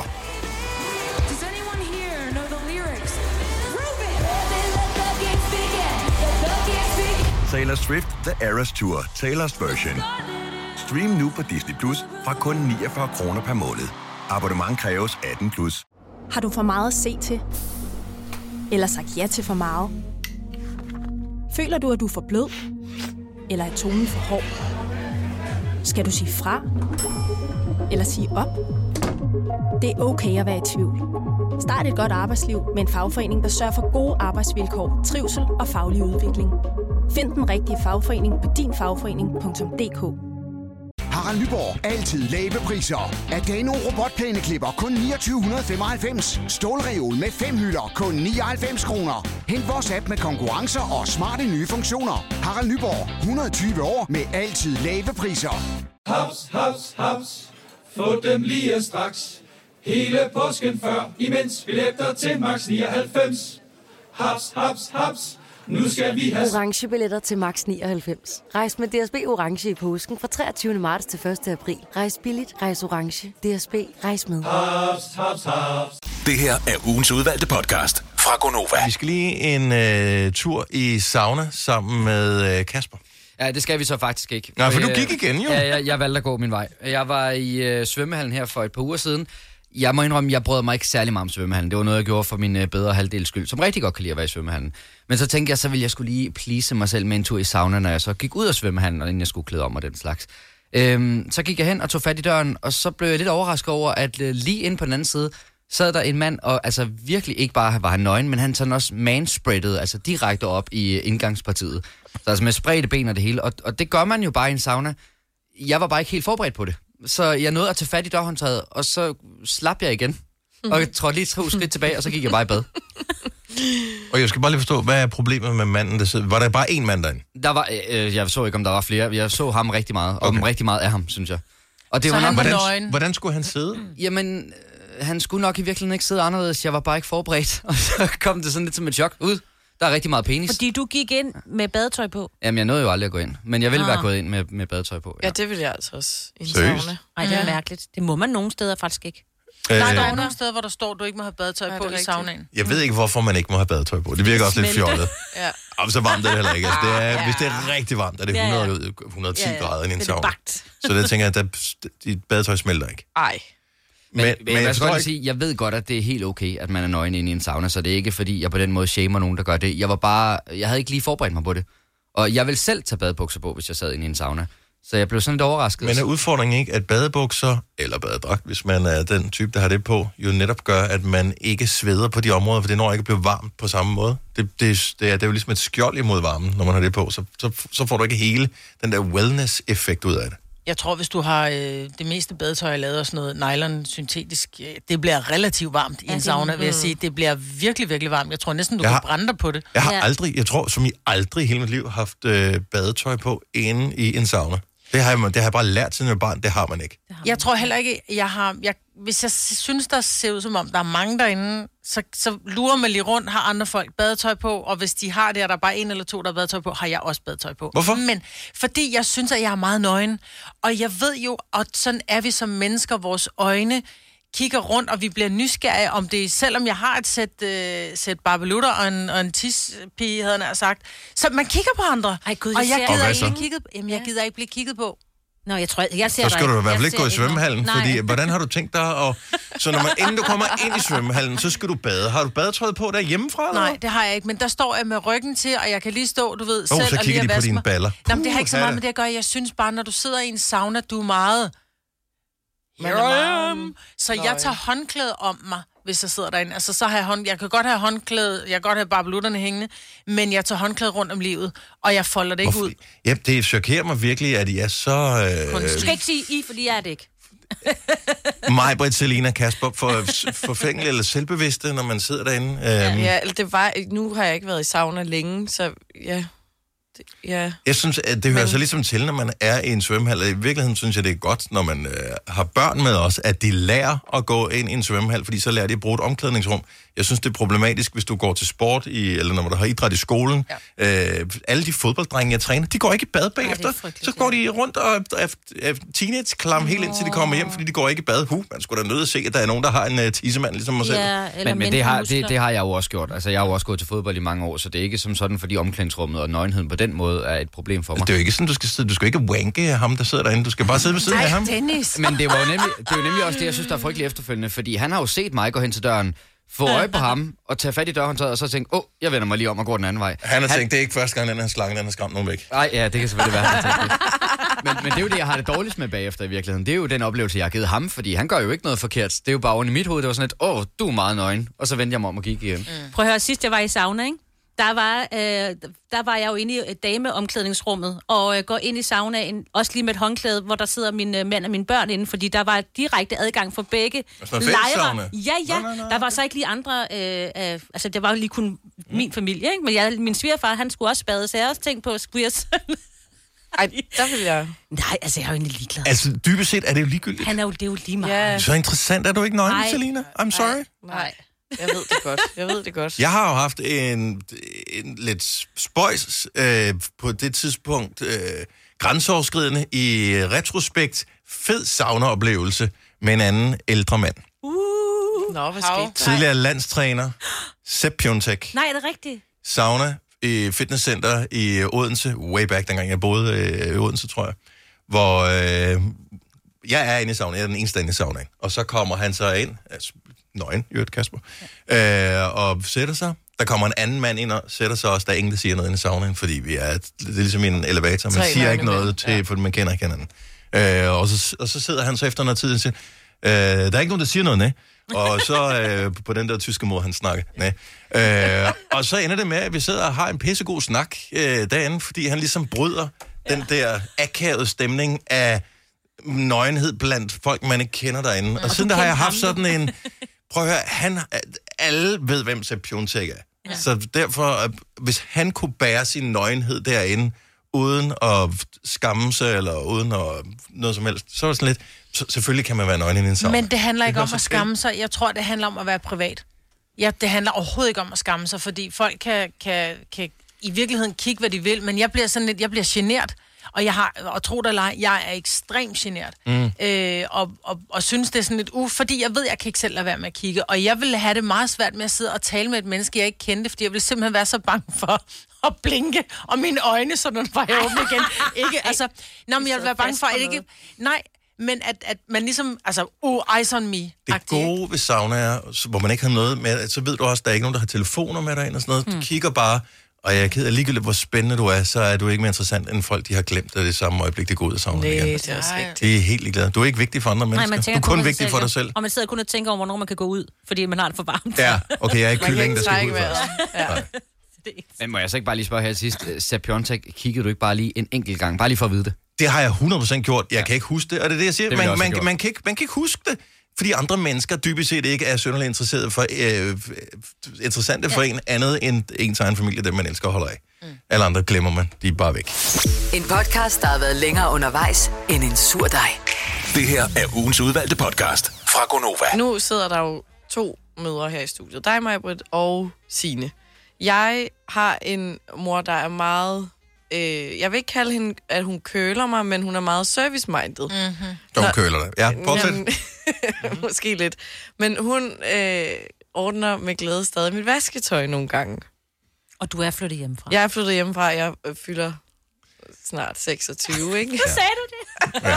Taylor Swift The Eras Tour, Taylor's version. Stream nu på Disney plus fra kun niogfyrre kroner per måned. Abonnement kræves atten plus. Har du for meget at se til? Eller sagt ja til for meget? Føler du, at du er for blød? Eller er tonen for hård? Skal du sige fra? Eller sige op? Det er okay at være i tvivl. Start et godt arbejdsliv med en fagforening, der sørger for gode arbejdsvilkår, trivsel og faglig udvikling. Find den rigtige fagforening på din fagforening punktum d k. Harald Nyborg. Altid lave priser. Adano robotplæneklipper kun niogtyve femoghalvfems. Stålreol med fem hylder kun nioghalvfems kroner. Hent vores app med konkurrencer og smarte nye funktioner. Harald Nyborg. hundrede og tyve år med altid lave priser. Haps, haps, haps. Få dem lige straks. Hele påsken før, imens billetter til max nioghalvfems. Haps, haps, haps. Nu skal vi have Orange billetter til max nioghalvfems. Rejs med D S B Orange i påsken fra treogtyvende marts til første april. Rejs billigt, rejs orange. D S B, rejs med. haps, haps, haps. Det her er ugens udvalgte podcast fra Gonova. Vi skal lige en øh, tur i sauna sammen med øh, Kasper. Ja, det skal vi så faktisk ikke. Nej, for du Øh, gik igen jo. Ja, jeg, jeg valgte at gå min vej. Jeg var i øh, svømmehallen her for et par uger siden. Jeg må indrømme, jeg brød mig ikke særlig meget om svømmehallen. Det var noget, jeg gjorde for min øh, bedre halvdels skyld, som rigtig godt kan lide at være i svømmehallen. Men så tænkte jeg, så ville jeg skulle lige please mig selv med en tur i sauna, når jeg så gik ud af svømmehallen, og inden jeg skulle klæde om og den slags. Øhm, så gik jeg hen og tog fat i døren, og så blev jeg lidt overrasket over, at øh, lige inde på den anden side, sad der en mand, og altså virkelig ikke bare var han nøgen, men han sådan også manspreadede, altså direkte op i øh, indgangspartiet. Så altså med spredte ben og det hele, og, og det gør man jo bare i en sauna. Jeg var bare ikke helt forberedt på det. Så jeg nåede at tage fat i dørhåndtaget, og så slap jeg igen. Og jeg trådte lige to skridt tilbage, og så gik jeg bare i bad. Og jeg skal bare lige forstå, hvad er problemet med manden, der sidder? Var der bare én mand derinde? Der var, øh, jeg så ikke, om der var flere. Jeg så ham rigtig meget, og okay. rigtig meget af ham, synes jeg. Og det Så var han nok, var Hvordan, nøgen. hvordan skulle han sidde? Jamen, øh, han skulle nok i virkeligheden ikke sidde anderledes. Jeg var bare ikke forberedt, og så kom det sådan lidt som et chok ud. Der er rigtig meget penis. Fordi du gik ind med badetøj på. Jamen, jeg nåede jo aldrig at gå ind, men jeg ville Ah. være gået ind med, med badetøj på. Ja, det vil jeg altså også. I en Seriøst? sauna. Nej, det er Ja. mærkeligt. Det må man nogle steder faktisk ikke. Øh, Nej, der er nogle steder, hvor der står, at du ikke må have badetøj Ja, på det er i rigtigt. saunaen. jeg ved ikke, hvorfor man ikke må have badetøj på. Det virker også lidt Smelte. fjollet. Ja. Og så varmt er det heller ikke. Altså, det er, Ja. Hvis det er rigtig varmt, er det Ja, ja. hundrede, et hundrede og ti Ja, ja. grader i en Det er sauna. bagt. Så det tænker jeg, at der, dit badetøj smelter ikke. Ej. Men, men, men jeg, jeg, forstår godt ikke- sige, jeg ved godt, at det er helt okay, at man er nøgen inde i en sauna, så det er ikke fordi, jeg på den måde shamer nogen, der gør det. Jeg var bare, jeg havde ikke lige forberedt mig på det. Og jeg vil selv tage badebukser på, hvis jeg sad inde i en sauna. Så jeg blev sådan lidt overrasket. Men er udfordringen ikke, at badebukser, eller badedragt, hvis man er den type, der har det på, jo netop gør, at man ikke sveder på de områder, for det når ikke at blive varmt på samme måde. Det, det, det, er, det er jo ligesom et skjold imod varmen, når man har det på, så, så, så får du ikke hele den der wellness-effekt ud af det. Jeg tror, hvis du har øh, det meste badetøj lavet og sådan noget nylon syntetisk, øh, det bliver relativt varmt i Ja, en det- sauna, vil jeg mm. sige. Det bliver virkelig, virkelig varmt. Jeg tror næsten, du Jeg kan har- brænde dig på det. Jeg har Ja. aldrig, jeg tror, som I aldrig i hele mit liv, haft øh, badetøj på inde i en sauna. Det har, jeg, det har jeg bare lært siden jeg var barn, det har man ikke. Jeg tror heller ikke, jeg har... Jeg, hvis jeg synes, der ser ud som om, der er mange derinde, så, så lurer man lige rundt, har andre folk badetøj på, og hvis de har det, og der er bare en eller to, der har badetøj på, har jeg også badetøj på. Hvorfor? Men fordi jeg synes, at jeg er meget nøgen, og jeg ved jo, og sådan er vi som mennesker, vores øjne kigger rundt, og vi bliver nysgerrige om det, selvom jeg har et sæt, øh, sæt barbelutter og en, og en tispige, havde han sagt. Så man kigger på andre, Ej, Gud, og jeg jeg ser- gider Og hvad ikke så? blive kigget, jamen, jeg gider ikke blive kigget på. Nå, jeg tror, jeg ser Så skal dig du i ikke. hvert fald Jeg ikke gå i ser svømmehallen, Nej. fordi hvordan har du tænkt dig at... Så når man, inden du kommer ind i svømmehallen, så skal du bade. Har du badetøjet på der hjemmefra? Eller? Nej, det har jeg ikke, men der står jeg med ryggen til, og jeg kan lige stå, du ved, Åh, selv så og lige kigger at de på vaske dine mig. baller. Nå, men det har ikke så Puh, meget ha. med det at gøre. Jeg synes bare, når du sidder i en sauna, du er meget... Here I am. Så jeg tager håndklædet om mig, hvis jeg sidder derinde. Altså, så har jeg hånd... Jeg kan godt have håndklædet, jeg kan godt have barbelutterne hængende, men jeg tager håndklædet rundt om livet, og jeg folder det ikke Hvorfor? ud. Ja, det chokerer mig virkelig, at I er så... Du skal Øh, ikke sige I, fordi jeg er det ikke. mig, Britt, Selina, Kasper, for, forfængelige eller selvbevidste, når man sidder derinde. Øhm, Ja, eller det var, nu har jeg ikke været i sauna længe, så ja. Det, ja. Jeg synes, at det hører Men- så ligesom til, når man er i en svømmehal. Og i virkeligheden synes jeg, det er godt, når man øh, har børn med os, at de lærer at gå ind i en svømmehal, fordi så lærer de at bruge et omklædningsrum. Jeg synes, det er problematisk, hvis du går til sport, i, eller når du har idræt i skolen. Ja. Øh, alle de fodbolddrenge, jeg træner, de går ikke i bad bagefter. Så går de rundt og er, er teenage-klam helt indtil de kommer hjem, fordi de går ikke i bad. Huh, man skulle da nødt at se, at der er nogen, der har en uh, tissemand ligesom mig selv. Ja, eller Men, men det, har, det, muskler. det har jeg jo også gjort. Altså, jeg har jo også gået til fodbold i mange år, så det er ikke som sådan, fordi omklædningsrummet og nøgenheden på den måde er et problem for mig. Det er jo ikke sådan, du skal sidde. Du skal ikke wanke ham, der sidder derinde. Du skal bare sidde ved siden af ham. Dennis. Men det, var jo nemlig, det er jo nemlig også det, jeg synes, der er frygteligt efterfølgende, fordi han har jo set mig gå hen til døren, få øje på ham, og tage fat i dørhåndtaget, og så tænke, åh, oh, jeg vender mig lige om og går den anden vej. Han har tænkt, det er ikke første gang, den her slange, den har skræmt nogen væk. Nej, ja, det kan selvfølgelig være, han har tænkt det. Men, men det er jo det, jeg har det dårligst med bagefter i virkeligheden. Det er jo den oplevelse, jeg har givet ham, fordi han gør jo ikke noget forkert. Det er jo bare oven i mit hoved, det var sådan et, åh, oh, du er meget nøgen. Og så vendte jeg mig om og gik igen. Mm. Prøv at høre, sidst jeg var i sauna, ikke? der var, øh, der var jeg jo inde i dameomklædningsrummet, og øh, går ind i saunaen, også lige med et håndklæde, hvor der sidder min øh, mand og mine børn inde, fordi der var direkte adgang for begge lejre. Ja, ja. Nej, nej, nej. Der var så ikke lige andre, øh, øh, altså det var jo lige kun mm. min familie, ikke? Men jeg, min svigerfar, han skulle også bade, så jeg også tænkte på, skulle jeg Ej, der vil jeg... Nej, altså jeg er jo egentlig ligeglad. Altså dybest set er det jo ligegyldigt. Han er jo, det er jo lige meget. Ja. Så interessant er du ikke nøgen, Selina? I'm sorry. Nej, nej. Jeg ved det godt. Jeg ved det godt. Jeg har jo haft en, en lidt spøjs øh, på det tidspunkt øh, grænseoverskridende i retrospekt fed saunaoplevelse med en anden ældre mand. Uh. Nå, hvad skete? Tidligere landstræner Sepp Piontek. Nej, er det rigtigt? Sauna i fitnesscenter i Odense, way back dengang jeg boede øh, i Odense, tror jeg. Hvor øh, jeg er inde i sauna, jeg er den eneste inde i saunaen. Og så kommer han så ind, altså, nøgen, i øvrigt, Kasper, øh, og sætter sig. Der kommer en anden mand ind og sætter sig også. Der er ingen, der siger noget inde i saunaen, fordi vi er, det er ligesom en elevator. Man siger ikke noget til, ja. For man kender ikke hinanden. Øh, og, så, og så sidder han så efter noget tid og siger, øh, der er ikke nogen, der siger noget, nej. Og så øh, på den der tyske måde, han snakker, nej. Øh, og så ender det med, at vi sidder og har en pissegod snak øh, derinde, fordi han ligesom bryder ja. Den der akavede stemning af nøgenhed blandt folk, man ikke kender derinde. Ja, og, og siden der har jeg haft sådan en... Prøv at høre, han, alle ved, hvem Sepp Piontek er. Ja. Så derfor, hvis han kunne bære sin nøgenhed derinde, uden at skamme sig, eller uden at noget som helst, så er det sådan lidt... Så, selvfølgelig kan man være nøgen i en sauna. Men det handler ikke det om at skamme sig. Jeg tror, det handler om at være privat. Ja, det handler overhovedet ikke om at skamme sig, fordi folk kan, kan, kan i virkeligheden kigge, hvad de vil, men jeg bliver sådan lidt... Jeg bliver genert. Og jeg har, og tro det eller ej, jeg er ekstremt genert. Mm. Øh, og, og, og synes, det er sådan lidt u, fordi jeg ved, jeg kan ikke selv lade være med at kigge. Og jeg ville have det meget svært med at sidde og tale med et menneske, jeg ikke kendte, fordi jeg ville simpelthen være så bange for at blinke, og mine øjne, så når var jeg åbne igen. Ikke, altså, nå, men jeg ville være bange for, at ikke... Nej, men at, at man ligesom, altså, uh, eyes on me. Det gode ved sauna er, hvor man ikke har noget med, så ved du også, der er ikke nogen, der har telefoner med dig ind og sådan noget. Mm. Du kigger bare... Og jeg er ked af ligegyldigt, hvor spændende du er, så er du ikke mere interessant end folk, de har glemt det, det samme øjeblik, det går ud af saunaen igen. Det er også rigtigt. Det er helt ligeglad. Du er ikke vigtig for andre mennesker. Nej, du er kun vigtig for dig selv. Og man sidder kun og tænker over, hvornår man kan gå ud, fordi man har det for varmt. Ja, okay, jeg er ikke kylling, der skal gå ud først. Ja. Men må jeg så ikke bare lige spørge her til sidst, Sepp Piontek, kiggede du ikke bare lige en enkelt gang, bare lige for at vide det? Det har jeg hundrede procent gjort. Jeg kan ikke huske det, og det er det, jeg siger. Det man, man, man, man, kan ikke, man kan ikke huske det. Fordi andre mennesker dybest set ikke er synderligt interesseret for, øh, interessante for ja. En andet end ens egen familie, dem man elsker og holder af. Mm. Alle andre glemmer man. De er bare væk. En podcast, der har været længere undervejs end en sur dej. Det her er ugens udvalgte podcast fra Gonova. Nu sidder der jo to mødre her i studiet. Dig, Maj-Brit, og Signe. Jeg har en mor, der er meget... Øh, jeg vil ikke kalde hende, at hun køler mig, men hun er meget service-minded. Mm-hmm. Hun køler dig. Ja, fortsæt. Måske lidt. Men hun øh, ordner med glæde stadig mit vasketøj nogle gange. Og du er flyttet hjemmefra? Jeg er flyttet hjemmefra. Jeg øh, fylder snart seksogtyve, ikke? Så sagde du det? Ja,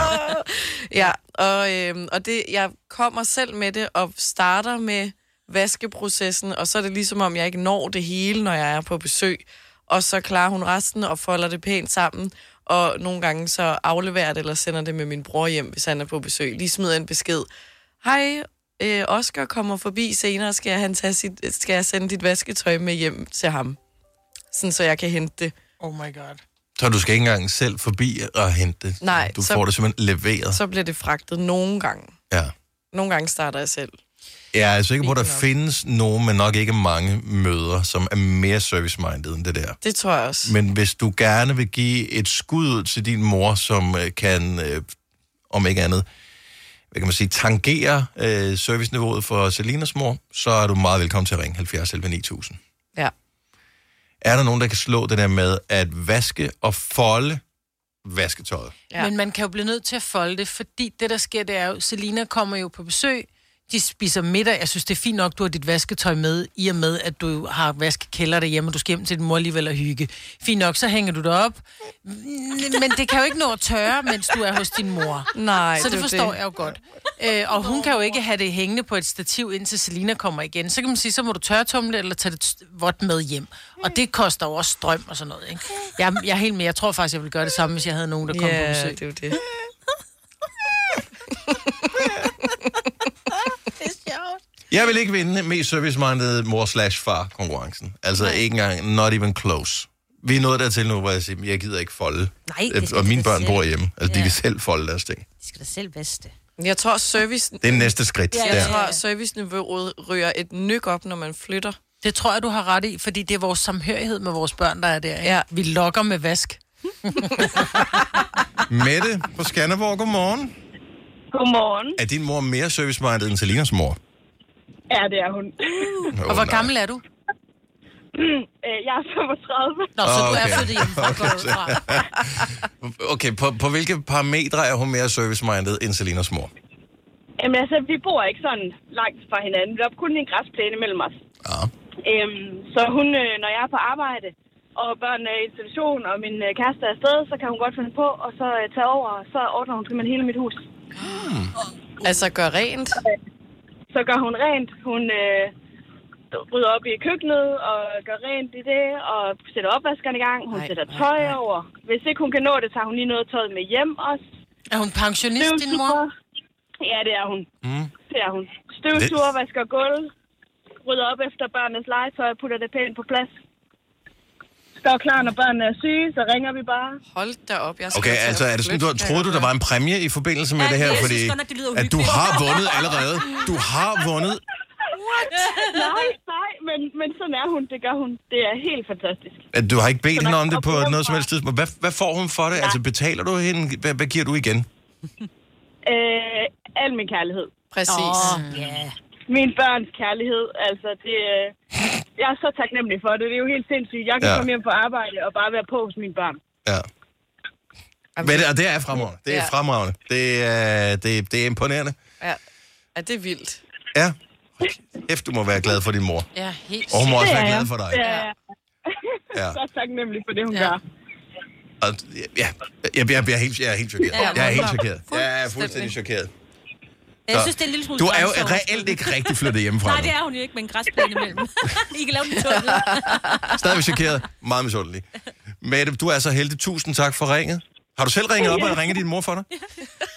ja og, øh, og det, jeg kommer selv med det og starter med vaskeprocessen, og så er det ligesom om, jeg ikke når det hele, når jeg er på besøg. Og så klarer hun resten og folder det pænt sammen. Og nogle gange så afleverer det, eller sender det med min bror hjem, hvis han er på besøg. Lige smider en besked. Hej, øh, Oscar kommer forbi senere. Skal jeg, han tage sit, skal jeg sende dit vasketøj med hjem til ham? Sådan, så jeg kan hente det. Oh my god. Så du skal ikke engang selv forbi og hente det? Nej. Du så, får det simpelthen leveret? Så bliver det fragtet nogle gange. Ja. Nogle gange starter jeg selv. Jeg er sikker på, at der findes nogen, men nok ikke mange mødre, som er mere service-minded end det der. Det tror jeg også. Men hvis du gerne vil give et skud ud til din mor, som kan, øh, om ikke andet, hvad kan man sige, tangere øh, serviceniveauet for Selinas mor, så er du meget velkommen til at ringe halvfjerds elleve ni tusind. Ja. Er der nogen, der kan slå det der med at vaske og folde vasketøjet? Ja. Men man kan jo blive nødt til at folde det, fordi det, der sker, det er jo, Selina kommer jo på besøg, de spiser middag. Jeg synes, det er fint nok, du har dit vasketøj med, i og med, at du har vaskekælder derhjemme, og du skal hjem til din mor alligevel og hygge. Fint nok, så hænger du det op. Men det kan jo ikke nå at tørre, mens du er hos din mor. Nej, så det, det forstår det. jeg jo godt. Øh, og hun kan jo ikke have det hængende på et stativ, indtil Selina kommer igen. Så kan man sige, så må du tørretumle eller tage det vådt med hjem. Og det koster jo også strøm og sådan noget, ikke? Jeg, jeg er helt med. Jeg tror faktisk, jeg ville gøre det samme, hvis jeg havde nogen, der kom yeah, på besøg. det er jo det. Det er sjovt. Jeg vil ikke vinde mest service-minded mor slash far konkurrencen. Altså Nej. ikke engang, not even close. Vi er nået dertil nu, hvor jeg siger, jeg gider ikke folde. Nej, det skal og mine da børn selv. bor hjemme. Altså, ja. De vil selv folde deres ting. De skal da selv vaske det. Jeg tror, service... Det er næste skridt. Ja, der. jeg tror, serviceniveauet ryger et nyk op, når man flytter. Det tror jeg, du har ret i, fordi det er vores samhørighed med vores børn, der er der. Ja. Vi lokker med vask. Mette på Skanderborg, godmorgen. Godmorgen. Er din mor mere service-minded end Selinas mor? Ja, det er hun. Uh. Og hvor gammel er du? Jeg er femogtredive. Nå, så okay. du er flyttet hjemme fra. Okay, okay på, på hvilke parametre er hun mere service-minded end Selinas mor? Jamen altså, vi bor ikke sådan langt fra hinanden. Vi har kun en græsplæne mellem os. Ja. Øhm, så hun, øh, når jeg er på arbejde, og børnene er i institution, og min øh, kæreste er afsted, så kan hun godt finde på, og så øh, tage over, og så ordner hun simpelthen hele mit hus. Hmm. Altså gør rent? Så gør hun rent. Hun øh, rydder op i køkkenet, og gør rent i det, og sætter opvaskeren i gang. Hun ej, sætter tøj ej, ej. over. Hvis ikke hun kan nå det, tager hun lige noget tøjet med hjem også. Er hun pensionist, din mor? Ja, det er hun. Mm. Det er hun. Støvsuger, vasker gulv, rydder op efter børnenes legetøj, putter det pænt på plads. Står klar, når børnene er syge, så ringer vi bare. Hold da op, jeg skal Okay, altså er det sådan, du troede du, der var en præmie i forbindelse med ja, det her? det Fordi godt, at, at du har vundet allerede. Du har vundet. What? nej, nej, men, men sådan er hun. Det gør hun. Det er helt fantastisk. At du har ikke bedt hende om det på noget som helst tidspunkt. Hvad, hvad får hun for det? Nej. Altså betaler du hende? Hvad, hvad giver du igen? Øh, al min kærlighed. Præcis. Oh, yeah. Min børns kærlighed, altså det... Øh, jeg er så taknemmelig for det. Det er jo helt sindssygt. Jeg kan ja. komme hjem på arbejde og bare være på hos mine børn. Ja. Men det, og det er fremragende. Det er ja. fremragende. Det er, det, det er imponerende. Ja. Ja, det er vildt. Ja. Efter du må være glad for din mor. Ja, helt Og hun må også det være glad jeg. for dig. Det er ja. Så taknemmelig for det, hun ja. gør. Og, ja, jeg, jeg, jeg, er helt, jeg er helt chokeret. Ja, jeg er helt chokeret. Jeg er fuldstændig chokeret. Jeg synes, det er en lille smule du er jo grænseoverskridende. reelt ikke rigtig flyttet hjemmefra. Nej, det er hun jo ikke med en græsplæne imellem. I kan lave den tunnel. Stadig chokeret. Meget misundelig. Mette, du er så heldig. Tusind tak for ringet. Har du selv ringet op og ringet din mor for dig? Nej,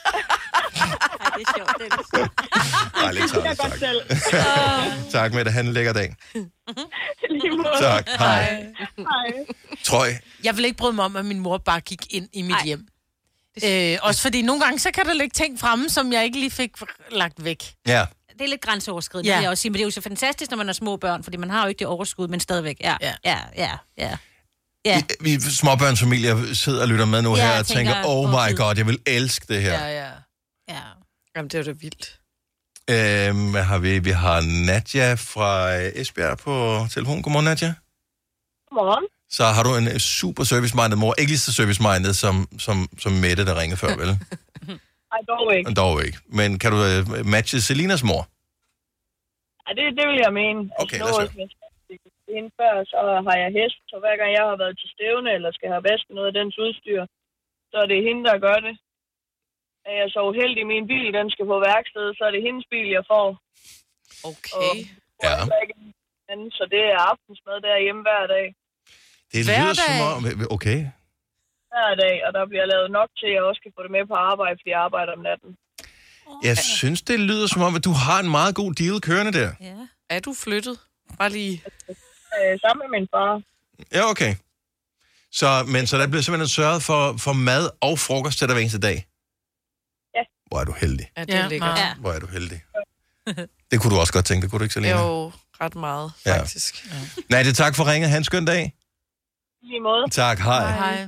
det er sjovt. Det er sjovt. Nej, lidt tak. Tak. selv. tak, Mette. Han en lækker dag. Lige måde. Tak. Hej. Hej. Trøj. Jeg vil ikke bryde mig om, at min mor bare gik ind i mit Ej. hjem. Øh, også fordi nogle gange, så kan der ligge ting fremme, som jeg ikke lige fik lagt væk. Ja. Det er lidt grænseoverskridende, Ja. vil jeg også sige. Men det er jo så fantastisk, når man har små børn, fordi man har jo ikke det overskud, men stadigvæk. Ja, ja, ja, ja. ja. ja. Vi, vi småbørnsfamilier sidder og lytter med nu Ja, her jeg og tænker, tænker, oh hvor my fed. god, jeg vil elske det her. Ja, ja. ja. Jamen, det er jo da vildt. Øhm, hvad har vi? Vi har Nadja fra Esbjerg på telefon. Godmorgen, Nadja. Godmorgen. Så har du en øh, super service-minded mor. Ikke lige så service-minded som, som, som Mette, der ringede før, vel? Ej, dog ikke. Dog ikke. Men kan du øh, matche Selinas mor? Ej, det, det vil jeg mene. Okay, altså, lad os høre. hvis jeg inden før, så har jeg hest, så hver gang jeg har været til stævne, eller skal have vasket noget af dens udstyr, så er det hende, der gør det. Er jeg så uheldig, min bil, den skal på værksted, så er det hendes bil, jeg får. Okay. Og, ja. Så det er aftensmad derhjemme hver dag. Det lyder som om... Okay. Hver dag, og der bliver lavet nok til, at jeg også kan få det med på arbejde, fordi jeg arbejder om natten. Jeg synes, det lyder som om, at du har en meget god deal kørende der. Ja. Er du flyttet? Bare lige... Øh, sammen med min far. Ja, okay. Så, men så der bliver simpelthen sørget for, for mad og frokost til dig hver eneste dag? Ja. Hvor er du heldig. Ja, det er lækkert. Ja. Hvor er du heldig. Det kunne du også godt tænke, det kunne du ikke, Selina? Jo, ret meget, Ja. faktisk. Ja. Nej, det tak for ringet. Ha' en skøn dag. Lige måde. Tak, hej. Hej.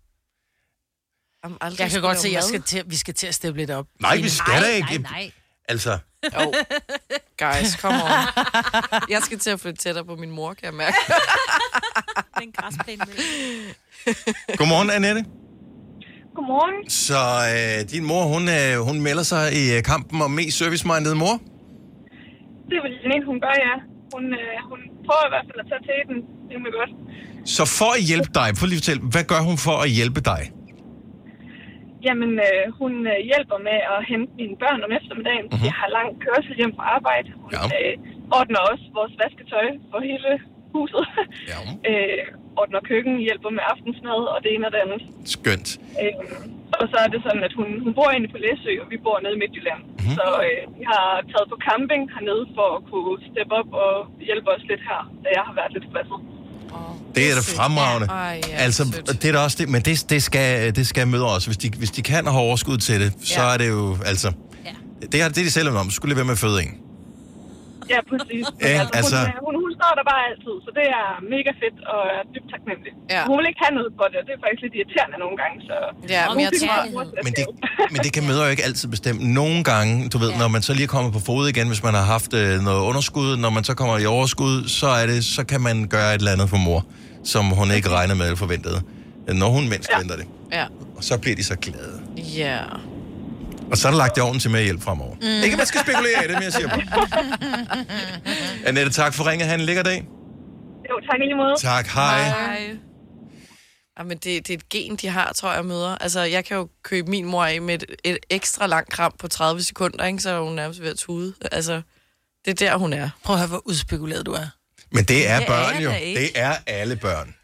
Jeg kan godt se, at jeg skal til, vi skal til at steppe lidt op. Nej, vi skal da ikke. Nej, nej. Altså, Jo. Guys, come on. Jeg skal til at flytte tættere på min mor, kan jeg mærke. Den græsplæne med. godmorgen, Annette. Godmorgen. Så øh, din mor, hun, øh, hun melder sig i øh, kampen om mest service-minded mor? Det vil jeg mene, hun gør, ja. Hun, øh, hun prøver i hvert fald at tage til den. Det er godt. Så for at hjælpe dig, prøv lige at fortælle, hvad gør hun for at hjælpe dig? Jamen, øh, hun øh, hjælper med at hente mine børn om eftermiddagen. Mm-hmm. Jeg har lang kørsel hjem fra arbejde. Hun ja. øh, ordner også vores vasketøj for hele huset. Ja. øh, ordner køkken, hjælper med aftensmad og det ene og det andet. Skønt. Øhm, og så er det sådan, at hun, hun bor inde på Læsø, og vi bor nede i Midtjylland. Mm-hmm. Så øh, vi har taget på camping hernede for at kunne steppe op og hjælpe os lidt her, da jeg har været lidt stresset. Det er da fremragende. Ja. Ej, ja, altså, det er da også det, men det, det, skal, det skal møde os. Hvis de, hvis de kan have overskud til det, så Ja. er det jo, altså... Ja. Det er det, er de selv om. Så skulle det være med at føde en. Ja, præcis. Ja, altså, altså- hun, hun, hun står der bare altid, så det er mega fedt og er dybt taknemmelig. Ja. Hun vil ikke have noget for det, og det er faktisk lidt irriterende nogle gange. Så Ja, men jeg tror... Men det, men det kan møder jo ikke altid bestemt. Nogle gange, du ved, ja. når man så lige kommer på fod igen, hvis man har haft øh, noget underskud, når man så kommer i overskud, så er det, så kan man gøre et eller andet for mor, som hun ikke regnede med eller forventede, når hun mindst ja. venter det. Ja. Og så bliver de så glade. Ja. Og så er der lagt i ovnen til mere hjælp fremover. Mm. Ikke, man skal spekulere i det, men jeg siger på. Annette, tak for ringet. Ha' en lækker dag. Jo, tak i lige måde. Tak, hej. Hej. Jamen, det, det er et gen, de har, tror jeg, møder. Altså, jeg kan jo købe min mor af med et, et ekstra langt kram på tredive sekunder, ikke? Så er hun nærmest ved at tude. Altså, det er der, hun er. Prøv at høre, hvor udspekuleret du er. Men det er Det er børn jeg jo. da ikke. Det er alle børn.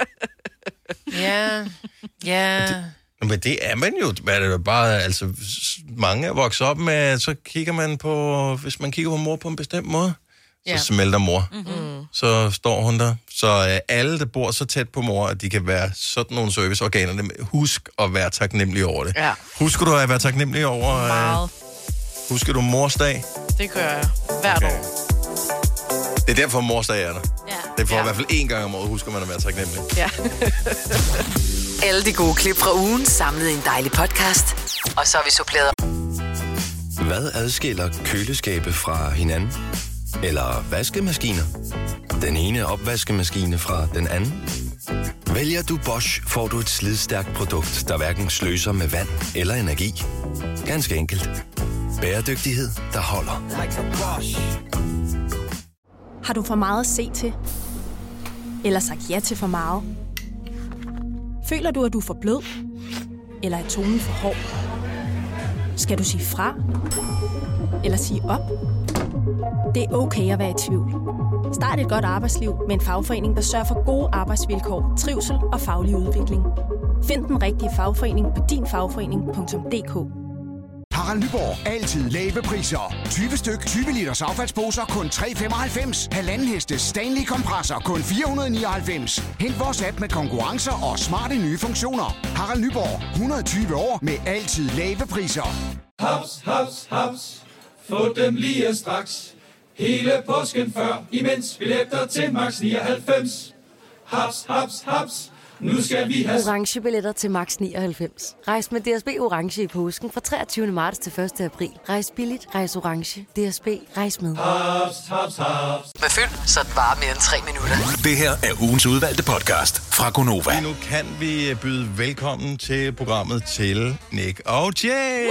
Ja, ja. Men det er man jo. Hvad er det jo bare, altså, s- mange er vokset op med, så kigger man på, hvis man kigger på mor på en bestemt måde, så Ja. smelter mor. Mm-hmm. Så står hun der. Så øh, alle, der bor så tæt på mor, at de kan være sådan nogle serviceorganer, husk at være taknemmelig over det. Ja. Husker du at være taknemmelig over... Øh, Meget. husker du morsdag? Det gør jeg hvert år. Det er derfor morsdag er der. Ja. Det er for Ja. i hvert fald én gang om året, husker man at være taknemmelig. Ja. Alle de gode klip fra ugen samlet i en dejlig podcast. Og så har vi suppleret. Hvad adskiller køleskabe fra hinanden? Eller vaskemaskiner? Den ene opvaskemaskine fra den anden? Vælger du Bosch, får du et slidstærkt produkt, der hverken sløser med vand eller energi. Ganske enkelt. Bæredygtighed, der holder. Har du for meget at se til? Eller sagt ja til for meget? Føler du, at du er for blød? Eller er tonen for hård? Skal du sige fra? Eller sige op? Det er okay at være i tvivl. Start et godt arbejdsliv med en fagforening, der sørger for gode arbejdsvilkår, trivsel og faglig udvikling. Find den rigtige fagforening på din fagforening punktum d k. Harald Nyborg. Altid lave priser. tyve styk, tyve liters affaldsposer kun tre komma femoghalvfems. Halvanden heste Stanley kompresser kun fire hundrede og nioghalvfems. Hent vores app med konkurrencer og smarte nye funktioner. Harald Nyborg. hundrede og tyve år med altid lave priser. Haps, haps, haps. Få dem lige straks. Hele påsken før, imens billetter til max nioghalvfems. Haps, haps, haps. Nu skal vi have... Orange billetter til max nioghalvfems. Rejs med D S B Orange i påsken fra treogtyvende marts til første april. Rejs billigt, rejs orange. D S B, rejs med. Haps, haps, haps. Med fyld, så er det bare mere end tre minutter. Det her er ugens udvalgte podcast fra Gonova. Lige nu kan vi byde velkommen til programmet til Nick og Jay.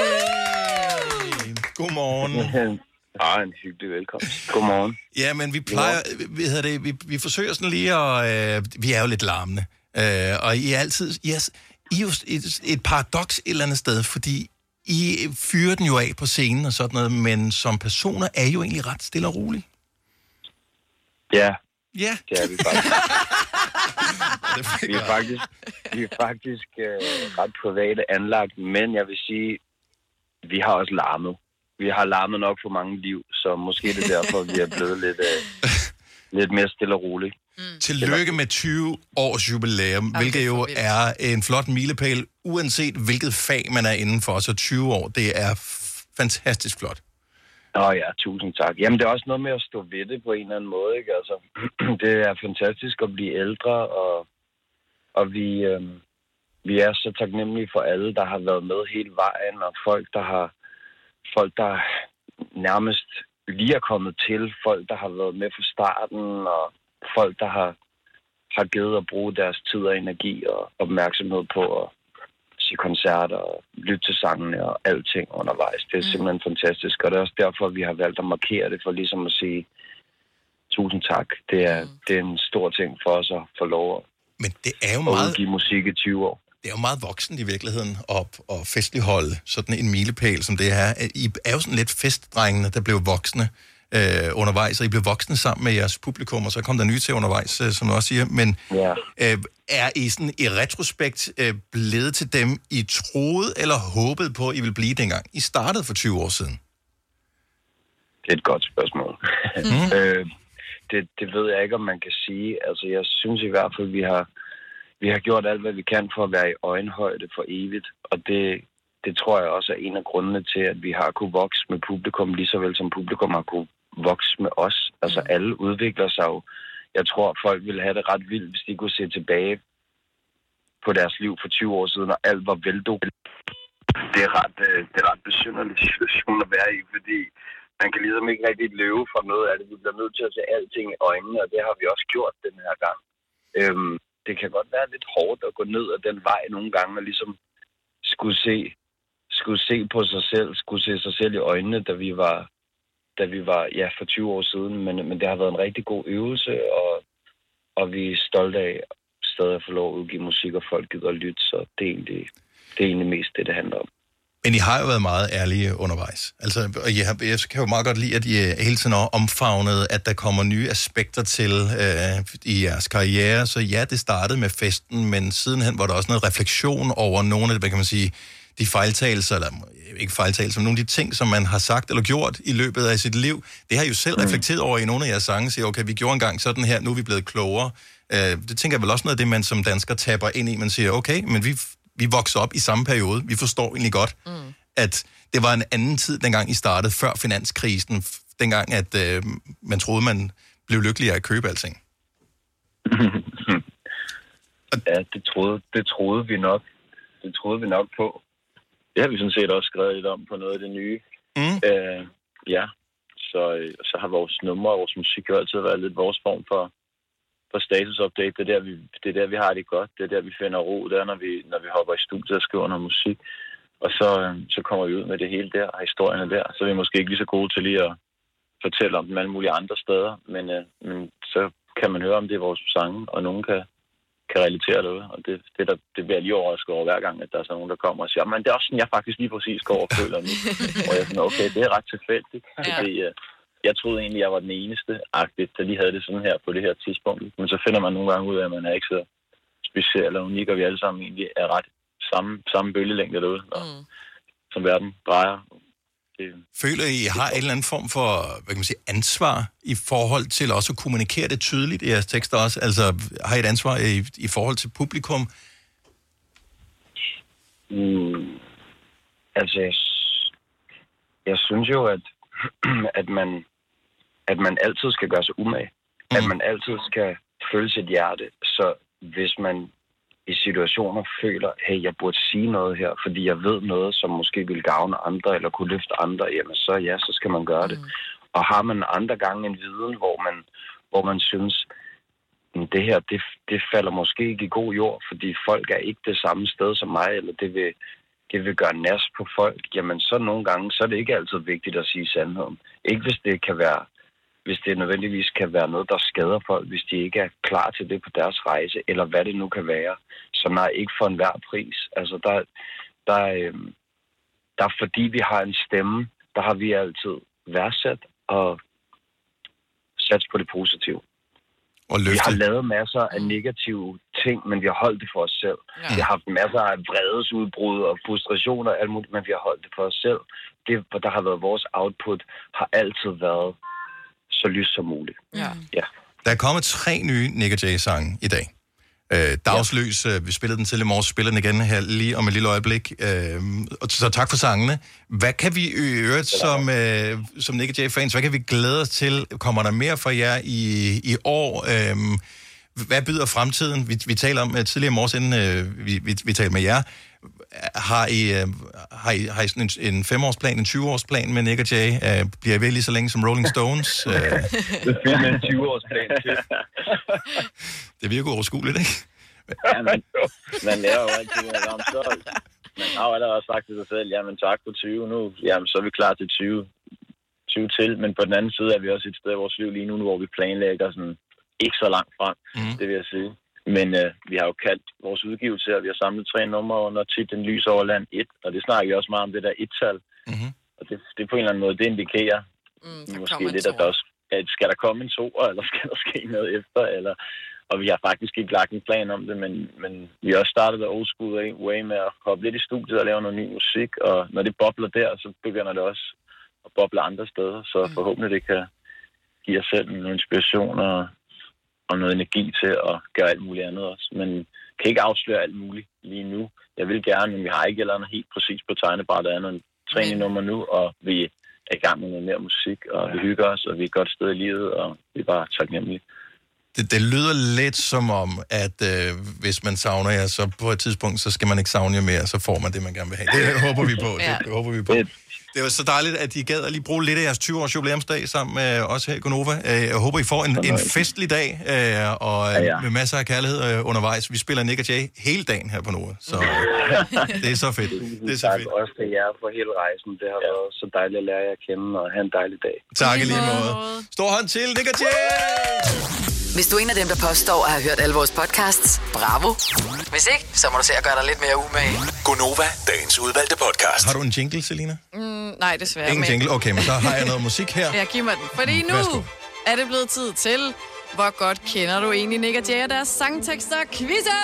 Godmorgen. Ja, en hyggelig velkomst. Godmorgen. Ja, men vi plejer, vi, hedder det, vi, vi forsøger sådan lige at, øh, vi er jo lidt larmende, øh, og I er altid, I er, I er jo et, et paradoks et eller andet sted, fordi I fyrer den jo af på scenen og sådan noget, men som personer er I jo egentlig ret stille og roligt. Ja. Ja. Det er vi faktisk. vi er faktisk, vi er faktisk øh, ret private anlagt, men jeg vil sige, vi har også larmet. Vi har larmet nok for mange liv, så måske det er derfor, vi er blevet lidt, øh, lidt mere stille og roligt. Mm. Tillykke med tyve års jubilæum, ja, hvilket jo er en flot milepæl, uanset hvilket fag man er inden for. Så tyve år, det er f- fantastisk flot. Åh ja, tusind tak. Jamen, det er også noget med at stå ved det på en eller anden måde, ikke? Altså, det er fantastisk at blive ældre, og, og vi, øh, vi er så taknemmelige for alle, der har været med hele vejen, og folk, der har folk, der nærmest lige er kommet til, folk, der har været med fra starten, og folk, der har, har givet at bruge deres tid og energi og opmærksomhed på at se koncerter og lytte til sangene og alting undervejs. Det er mm. simpelthen fantastisk, og det er også derfor, vi har valgt at markere det, for ligesom at sige tusind tak. Det er, mm. det er en stor ting for os at få lov at, Men det er jo at meget... udgive musik i tyve år. Det er jo meget voksent i virkeligheden op og festligholde sådan en milepæl, som det er. I er jo sådan lidt festdrengene, der blev voksne. øh, undervejs, og I blev voksne sammen med jeres publikum, og så kom der nye til undervejs, øh, som du også siger. Men ja. øh, er I sådan i retrospekt øh, blevet til dem, I troede eller håbede på, I ville blive dengang I startede for tyve år siden? Det er et godt spørgsmål. Mm. øh, det, det ved jeg ikke, om man kan sige. Altså, jeg synes i hvert fald, vi har, vi har gjort alt, hvad vi kan for at være i øjenhøjde for evigt. Og det, det tror jeg også er en af grundene til, at vi har kunne vokse med publikum, lige så vel som publikum har kunne vokse med os. Altså, alle udvikler sig jo. Jeg tror, folk ville have det ret vildt, hvis de kunne se tilbage på deres liv for tyve år siden, og alt var veldo. Det er ret, det er ret besynderlig situation at være i, fordi man kan ligesom ikke rigtig løbe fra noget af det. Vi bliver nødt til at se alting i øjnene, og det har vi også gjort den her gang. Øhm, det kan godt være lidt hårdt at gå ned ad den vej nogle gange, og ligesom skulle se, skulle se på sig selv, skulle se sig selv i øjnene, da vi var, da vi var ja, for tyve år siden. Men, men det har været en rigtig god øvelse, og, og vi er stolte af stadig at få lov at udgive musik, og folk gider at lytte, så det er egentlig, det er egentlig mest det, det handler om. Men I har jo været meget ærlige undervejs. Altså, og I har, jeg kan jo meget godt lide, at I hele tiden har omfavnet, at der kommer nye aspekter til øh, i jeres karriere. Så ja, det startede med festen, men sidenhen var der også noget refleksion over nogle af det, hvad kan man sige, de fejltagelser, eller ikke fejltagelser, men nogle af de ting, som man har sagt eller gjort i løbet af sit liv. Det har I jo selv reflekteret over i nogle af jeres sange. Siger, okay, vi gjorde engang sådan her, nu er vi blevet klogere. Øh, det tænker jeg vel også noget af det, man som dansker taber ind i. Man siger, okay, men vi... Vi voksede op i samme periode. Vi forstår egentlig godt, mm. at det var en anden tid, dengang I startede, før finanskrisen. Dengang, at øh, man troede, man blev lykkelig af at købe alting. Ja, det troede, det troede vi nok. Det troede vi nok på. Det har vi sådan set også skrevet lidt om på noget af det nye. Mm. Øh, ja, så, så har vores nummer og vores musik jo altid været lidt vores form for for statusupdate. Det er, der, vi, det er der, vi har det godt. Det er der, vi finder ro. Det er, når vi, når vi hopper i studiet og skriver noget musik. Og så, så kommer vi ud med det hele der, og historierne der. Så er vi måske ikke lige så gode til lige at fortælle om dem alle mulige andre steder. Men, øh, men så kan man høre om det i vores sange, og nogen kan, kan relatere det. Og det, det, der, det bliver lige overrasket over hver gang, at der er så nogen, der kommer og siger, men det er også sådan, jeg faktisk lige præcis går og føler nu. Og jeg er sådan, okay, det er ret tilfældigt. Ja. Det, øh, Jeg troede egentlig, jeg var den eneste-agtigt, der lige havde det sådan her på det her tidspunkt. Men så finder man nogle gange ud af, at man er ikke så speciel eller unik, og vi alle sammen egentlig er ret samme, samme bølgelængde derude, og, mm. som verden drejer. Det... Føler I, I har en eller anden form for hvad kan man sige, ansvar i forhold til også at kommunikere det tydeligt i jeres tekster også? Altså, har I et ansvar i, i forhold til publikum? Mm. Altså, jeg, jeg synes jo, at, at man at man altid skal gøre sig umage. Mm. At man altid skal følge sit hjerte. Så hvis man i situationer føler, hey, jeg burde sige noget her, fordi jeg ved noget, som måske vil gavne andre, eller kunne løfte andre, jamen så ja, så skal man gøre det. Mm. Og har man andre gange en viden, hvor man, hvor man synes, det her, det, det falder måske ikke i god jord, fordi folk er ikke det samme sted som mig, eller det vil, det vil gøre nas på folk, jamen så nogle gange, så er det ikke altid vigtigt at sige sandheden. Ikke hvis det kan være hvis det nødvendigvis kan være noget, der skader folk, hvis de ikke er klar til det på deres rejse, eller hvad det nu kan være. Så nej, ikke for enhver pris. Altså, der, der, øh, der fordi vi har en stemme, der har vi altid værdsat og sat på det positive. Og vi har lavet masser af negative ting, men vi har holdt det for os selv. Ja. Vi har haft masser af vredesudbrud og frustrationer og alt muligt, men vi har holdt det for os selv. Det, der har været vores output, har altid været så lys som muligt. Ja. Ja. Der er kommet tre nye Nick og Jay-sange i dag. Øh, Dagsløs, ja. Vi spillede den til i morges, spiller den igen her lige om et lille øjeblik. Øh, så tak for sangene. Hvad kan vi i øvrigt som, øh, som Nick og Jay-fans, hvad kan vi glæde os til? Kommer der mere fra jer i, i år? Øh, hvad byder fremtiden? Vi, vi taler om uh, tidligere i morges, inden uh, vi, vi, vi talte med jer. Har I, uh, har I, har I sådan en, en femårsplan, en tyve-årsplan med Nick og Jay? Uh, bliver I ved lige så længe som Rolling Stones? Uh... Det finder en tyve-årsplan til. Det virker overskueligt, ikke? Ja, man, man lærer jo altid, om så... Man har jo allerede sagt til sig selv, jamen tak på tyve nu, jamen så er vi klar til tyve, tyve til. Men på den anden side er vi også et sted i vores liv lige nu, hvor vi planlægger sådan ikke så langt frem, mm. det vil jeg sige. Men øh, vi har jo kaldt vores udgivelse, og vi har samlet tre numre under titlen Lys over land et, og det snakker vi også meget om, det der et-tal. Mm-hmm. Og det, det på en eller anden måde, det indikerer Mm, måske lidt, at der også, at skal der komme en toer, eller skal der ske noget efter, eller, og vi har faktisk ikke lagt en plan om det, men, men vi har også startet der old school way med at hoppe lidt i studiet og lave noget ny musik, og når det bobler der, så begynder det også at boble andre steder, så forhåbentlig det kan give os selv noget inspiration og, og noget energi til at gøre alt muligt andet også, men kan ikke afsløre alt muligt lige nu. Jeg vil gerne, men vi har ikke eller andet helt præcis på tegnebrættet andet end træningnummer nu, og vi er i gang med noget mere musik, og vi hygger os, og vi er et godt sted i livet, og vi er bare taknemmelige. Det, det lyder lidt som om, at øh, hvis man savner jer, så på et tidspunkt, så skal man ikke savne jer mere, så får man det, man gerne vil have. Det håber vi på. Det, det håber vi på. Det var så dejligt, at I gad at lige bruge lidt af jeres tyve-års jubilæumsdag sammen med os her i Gonova. Jeg håber, I får en, en festlig dag, og ja, ja. med masser af kærlighed undervejs. Vi spiller Nick og Jay hele dagen her på Nova, så det er så fedt. Det er så tak fedt. Også til jer for hele rejsen. Det har ja. været så dejligt at lære jer at kende, og have en dejlig dag. Tak i lige måde. Stor hånd til Nick og Jay! Hvis du er en af dem, der påstår at have hørt alle vores podcasts, bravo. Hvis ikke, så må du se at gøre dig lidt mere umage. Gonova, dagens udvalgte podcast. Har du en jingle, Selina? Mm, nej, desværre. Ingen jingle? Okay, men så har jeg noget musik her. Ja, giv mig den. Fordi nu Værsgo. er det blevet tid til, hvor godt kender du egentlig Nick og Jay og deres sangtekster quizzen?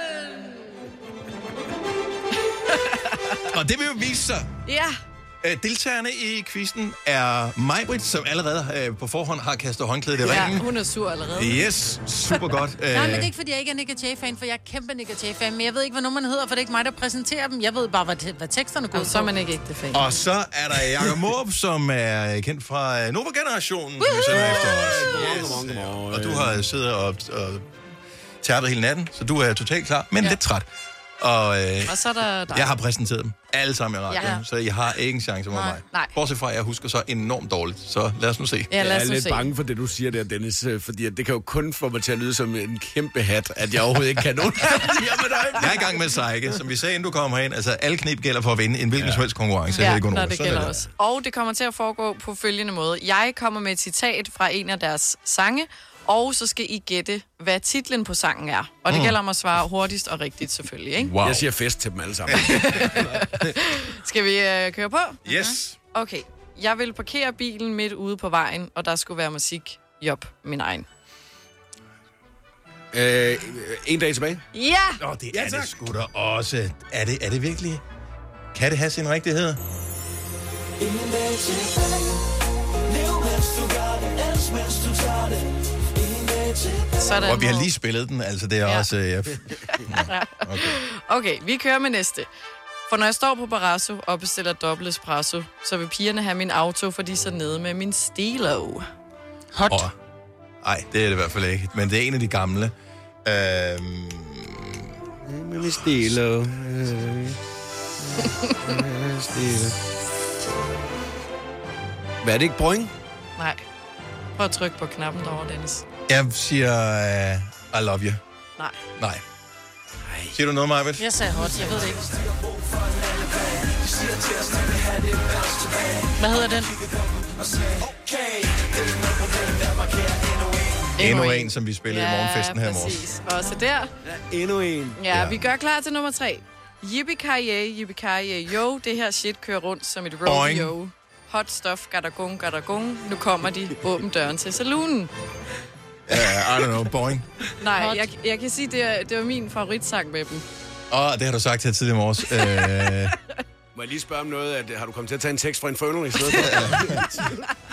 Og det vil jo vise sig. Ja. Deltagerne i quizzen er Majbrit, som allerede øh, på forhånd har kastet håndklædet i Ja, ringen. hun er sur allerede. Yes, super godt. Nej, men det er ikke, fordi jeg ikke er Nick og Jay-fan, for jeg er kæmpe Nick og Jay-fan, men jeg ved ikke, hvad nummerne hedder, for det er ikke mig, der præsenterer dem. Jeg ved bare, hvad, hvad teksterne går ud på. Så er man ikke ægte fan. Og så er der Jakob Måb, som er kendt fra Nova-generationen, som vi sender efter os. Yes. Og du har siddet og, og tærpet hele natten, så du er totalt klar, men ja. lidt træt. Og, øh, og så er der dig. Jeg har præsenteret dem alle sammen i radioen, ja. så I har ikke en chance mod Nej. mig. Nej. Bortset fra, at jeg husker så enormt dårligt, så lad os nu se. Ja, lad os jeg er nu lidt se. bange for det, du siger der, Dennis, fordi det kan jo kun få mig til at lyde som en kæmpe hat, at jeg overhovedet ikke kan nogen. Jeg er i gang med Seike, som vi sagde, inden du kommer herind. Altså, alle knep gælder for at vinde en hvilken ja. som helst konkurrence. Ja, det, når det gælder også. Og det kommer til at foregå på følgende måde. Jeg kommer med et citat fra en af deres sange, og så skal I gætte, hvad titlen på sangen er. Og det mm. gælder om at svare hurtigst og rigtigt, selvfølgelig, ikke? Wow. Jeg siger fest til dem alle sammen. Skal vi øh, køre på? Yes. Okay. Jeg vil parkere bilen midt ude på vejen, og der skulle være musik. Jop, min egen. Øh, en dag tilbage? Ja! Nå, det er ja, det sgu da også. Er det, er det virkelig? Kan det have sin rigtighed? En dag tilbage. Lev mens du gør det, elsk mens du tager det. Sådan, og vi har lige spillet den, altså det er ja. også... Ja. Okay. okay, vi kører med næste. For når jeg står på Barrasso og bestiller dobbelt espresso, så vil pigerne have min auto, for de er så nede med min stilo. Hot. Oh. Ej, det er det i hvert fald ikke, men det er en af de gamle. Øhm... Med min stilo. Stilo. Hvad er det ikke, Brøng? Nej. Prøv at trykke på knappen derovre, Dennis. Jeg siger, uh, I love you. Nej. Nej. Siger du noget, Majbet? Jeg sagde hot, jeg ved det ikke. Hvad hedder den? Endnu en, en, som vi spillede ja, i morgenfesten her i morgen. Præcis. Og så der. Ja, endnu en. Ja, ja, vi gør klar til nummer tre. Yippie-ki-yay, yippie-ki-yay, yo. Det her shit kører rundt som et rodeo. Hot stuff, gadagung, gadagung. Nu kommer de. Åbn døren til saloonen. Uh, I don't know, boing. Nej, jeg, jeg kan sige, det, er, det var min favoritsang med dem. Åh, oh, det har du sagt her tidligere i morges. Uh... Må jeg lige spørge om noget? At, har du kommet til at tage en tekst fra Inferno i stedet for?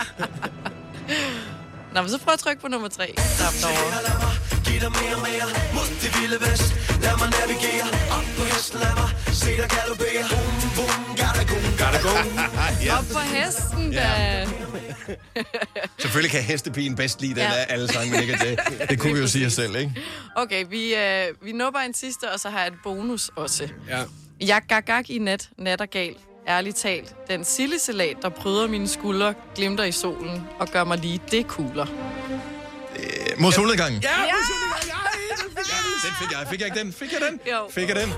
Nå, men så prøv at trykke på nummer tre. Stop derovre. Giv dig mere og mere mod det vilde vest. Lad mig navigere op på hesten. Lad mig se dig galopere. Bum, bum, gadagung, gadagung. Op på hesten, da. Selvfølgelig kan hestepigen bedst lide den ja. af alle sange, men ikke det. Det kunne vi jo sige os selv, ikke? Okay, vi, øh, vi nupper en sidste, og så har jeg et bonus også. Ja. Jeg gak i nat, nat og gal. Ærligt talt, den sildesalat, der pryder mine skuldre, glimter i solen og gør mig lige det kugler. Øh, mod solnedgangen. Ja, ja! Den fik jeg. Fik jeg ikke den? Fik jeg den? Jo. Fik jeg den?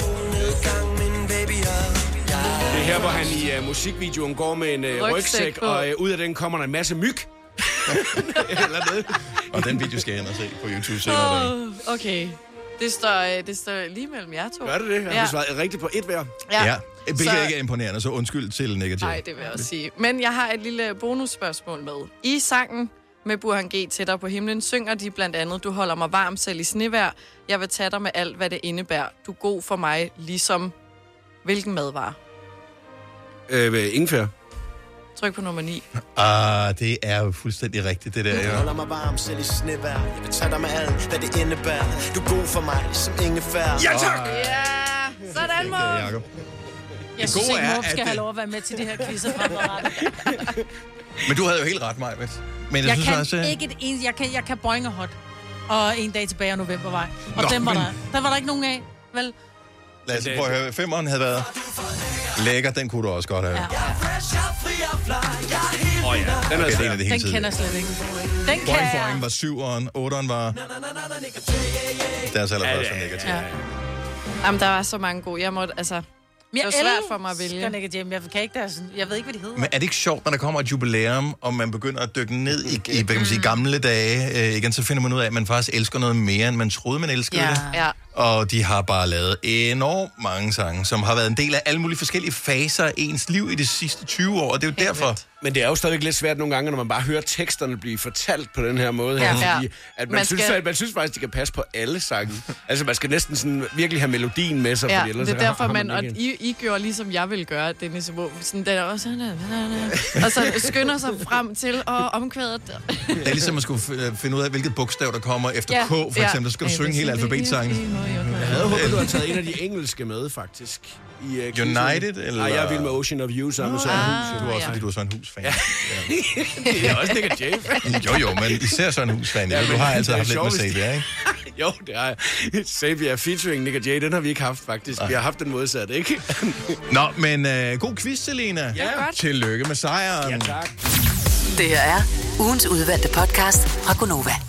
Det er her, hvor han i uh, musikvideoen går med en uh, rygsæk, rygsæk og uh, ud af den kommer der en masse myg. Eller noget. Og den video skal jeg ind og se på YouTube senere. Oh, okay. Det står, det står lige mellem jer to. Gør det det? Jeg Ja. har svaret rigtigt på et hver. Ja. Ja, hvilket Så- ikke er imponerende, så undskyld til Nick og Jay. Nej, det vil jeg også sige. Men jeg har et lille bonusspørgsmål med. I sangen med Burhan G. Tættere på himlen synger de blandt andet: Du holder mig varm selv i snevejr. Jeg vil tage dig med alt, hvad det indebærer. Du er god for mig, ligesom... Hvilken madvare? Øh, ingefær. Tryk på nummer ni. Ah, det er jo fuldstændig rigtigt, det der. Du Ja. holder mig varm selv i snevejr. Jeg vil tage dig med alt, hvad det indebærer. Du er god for mig, som ingefær. Ja, tak! Ja, sådan, Måb. Jacob. Jeg synes gode ikke, er, Måb skal at have det- lov at være med til de her quizzer fremadrettet. Men du havde jo helt ret, Maja. Men jeg, Jeg synes kan også... ikke et eneste... Jeg kan, jeg kan Boing og Hot. Og en dag tilbage af novembervej. Og Nå, dem var men- der, der var der ikke nogen af, vel? Lad os prøve at høre. Femmeren havde været lækker, den kunne du også godt have. Ja. Åh oh, ja, den er Okay, svær. det er det hele Den tiden. kender jeg slet ikke. Den kan Boing jeg... Boing var syveren, otteren var... Deres allerførste Ja, ja, ja, negativ. Ja. Jamen, der var så mange gode. Jeg måtte, altså... Men Det var jeg svært for mig at vælge. elsker Nick Jam. Jeg kan ikke deres... Jeg ved ikke, hvad de hedder. Men er det ikke sjovt, når der kommer et jubilæum, og man begynder at dykke ned i, i hvad kan man sige, gamle dage? Øh, igen, så finder man ud af, at man faktisk elsker noget mere, end man troede, man elskede Ja. det. Ja. Og de har bare lavet enormt mange sange, som har været en del af alle mulige forskellige faser af ens liv i de sidste tyve år, og det er jo derfor... Men det er jo stadigvæk lidt svært nogle gange, når man bare hører teksterne blive fortalt på den her måde. Ja. Her, Ja. fordi at man, Man synes, skal- at man synes faktisk, de kan passe på alle sange. Altså, man skal næsten sådan virkelig have melodien med sig. Ja, fordi ellers det er så har- derfor, har man, og ikke en- I, I gjorde ligesom jeg ville gøre, Dennis, hvor sådan, den er også, og så skynder sig frem til at omkvæde. Det er ligesom at skulle f- finde ud af, hvilket bogstav, der kommer efter Ja, K, for ja. eksempel. Så skal du synge hele alfabetsangen. Jeg havde håbet, du havde taget en af de engelske med, faktisk. I, uh, quizzen. United, eller- Nej, jeg er vild med Ocean of You, sammen med Søren Hus. Du er også, fordi du er sådan en husfan. Ja. Det er også Nick og Jay. Jo, jo, men især sådan en husfan. Ja, Ja, du men har altid det er haft lidt med sjovest. Sabia, ikke? Jo, det har jeg. Sabia featuring Nick og Jay, den har vi ikke haft, faktisk. Vi har haft den modsatte, ikke? Nå, men uh, god quiz, Selina. Ja, godt. Tillykke med sejren. Ja, tak. Det her er ugens udvalgte podcast fra Gonova.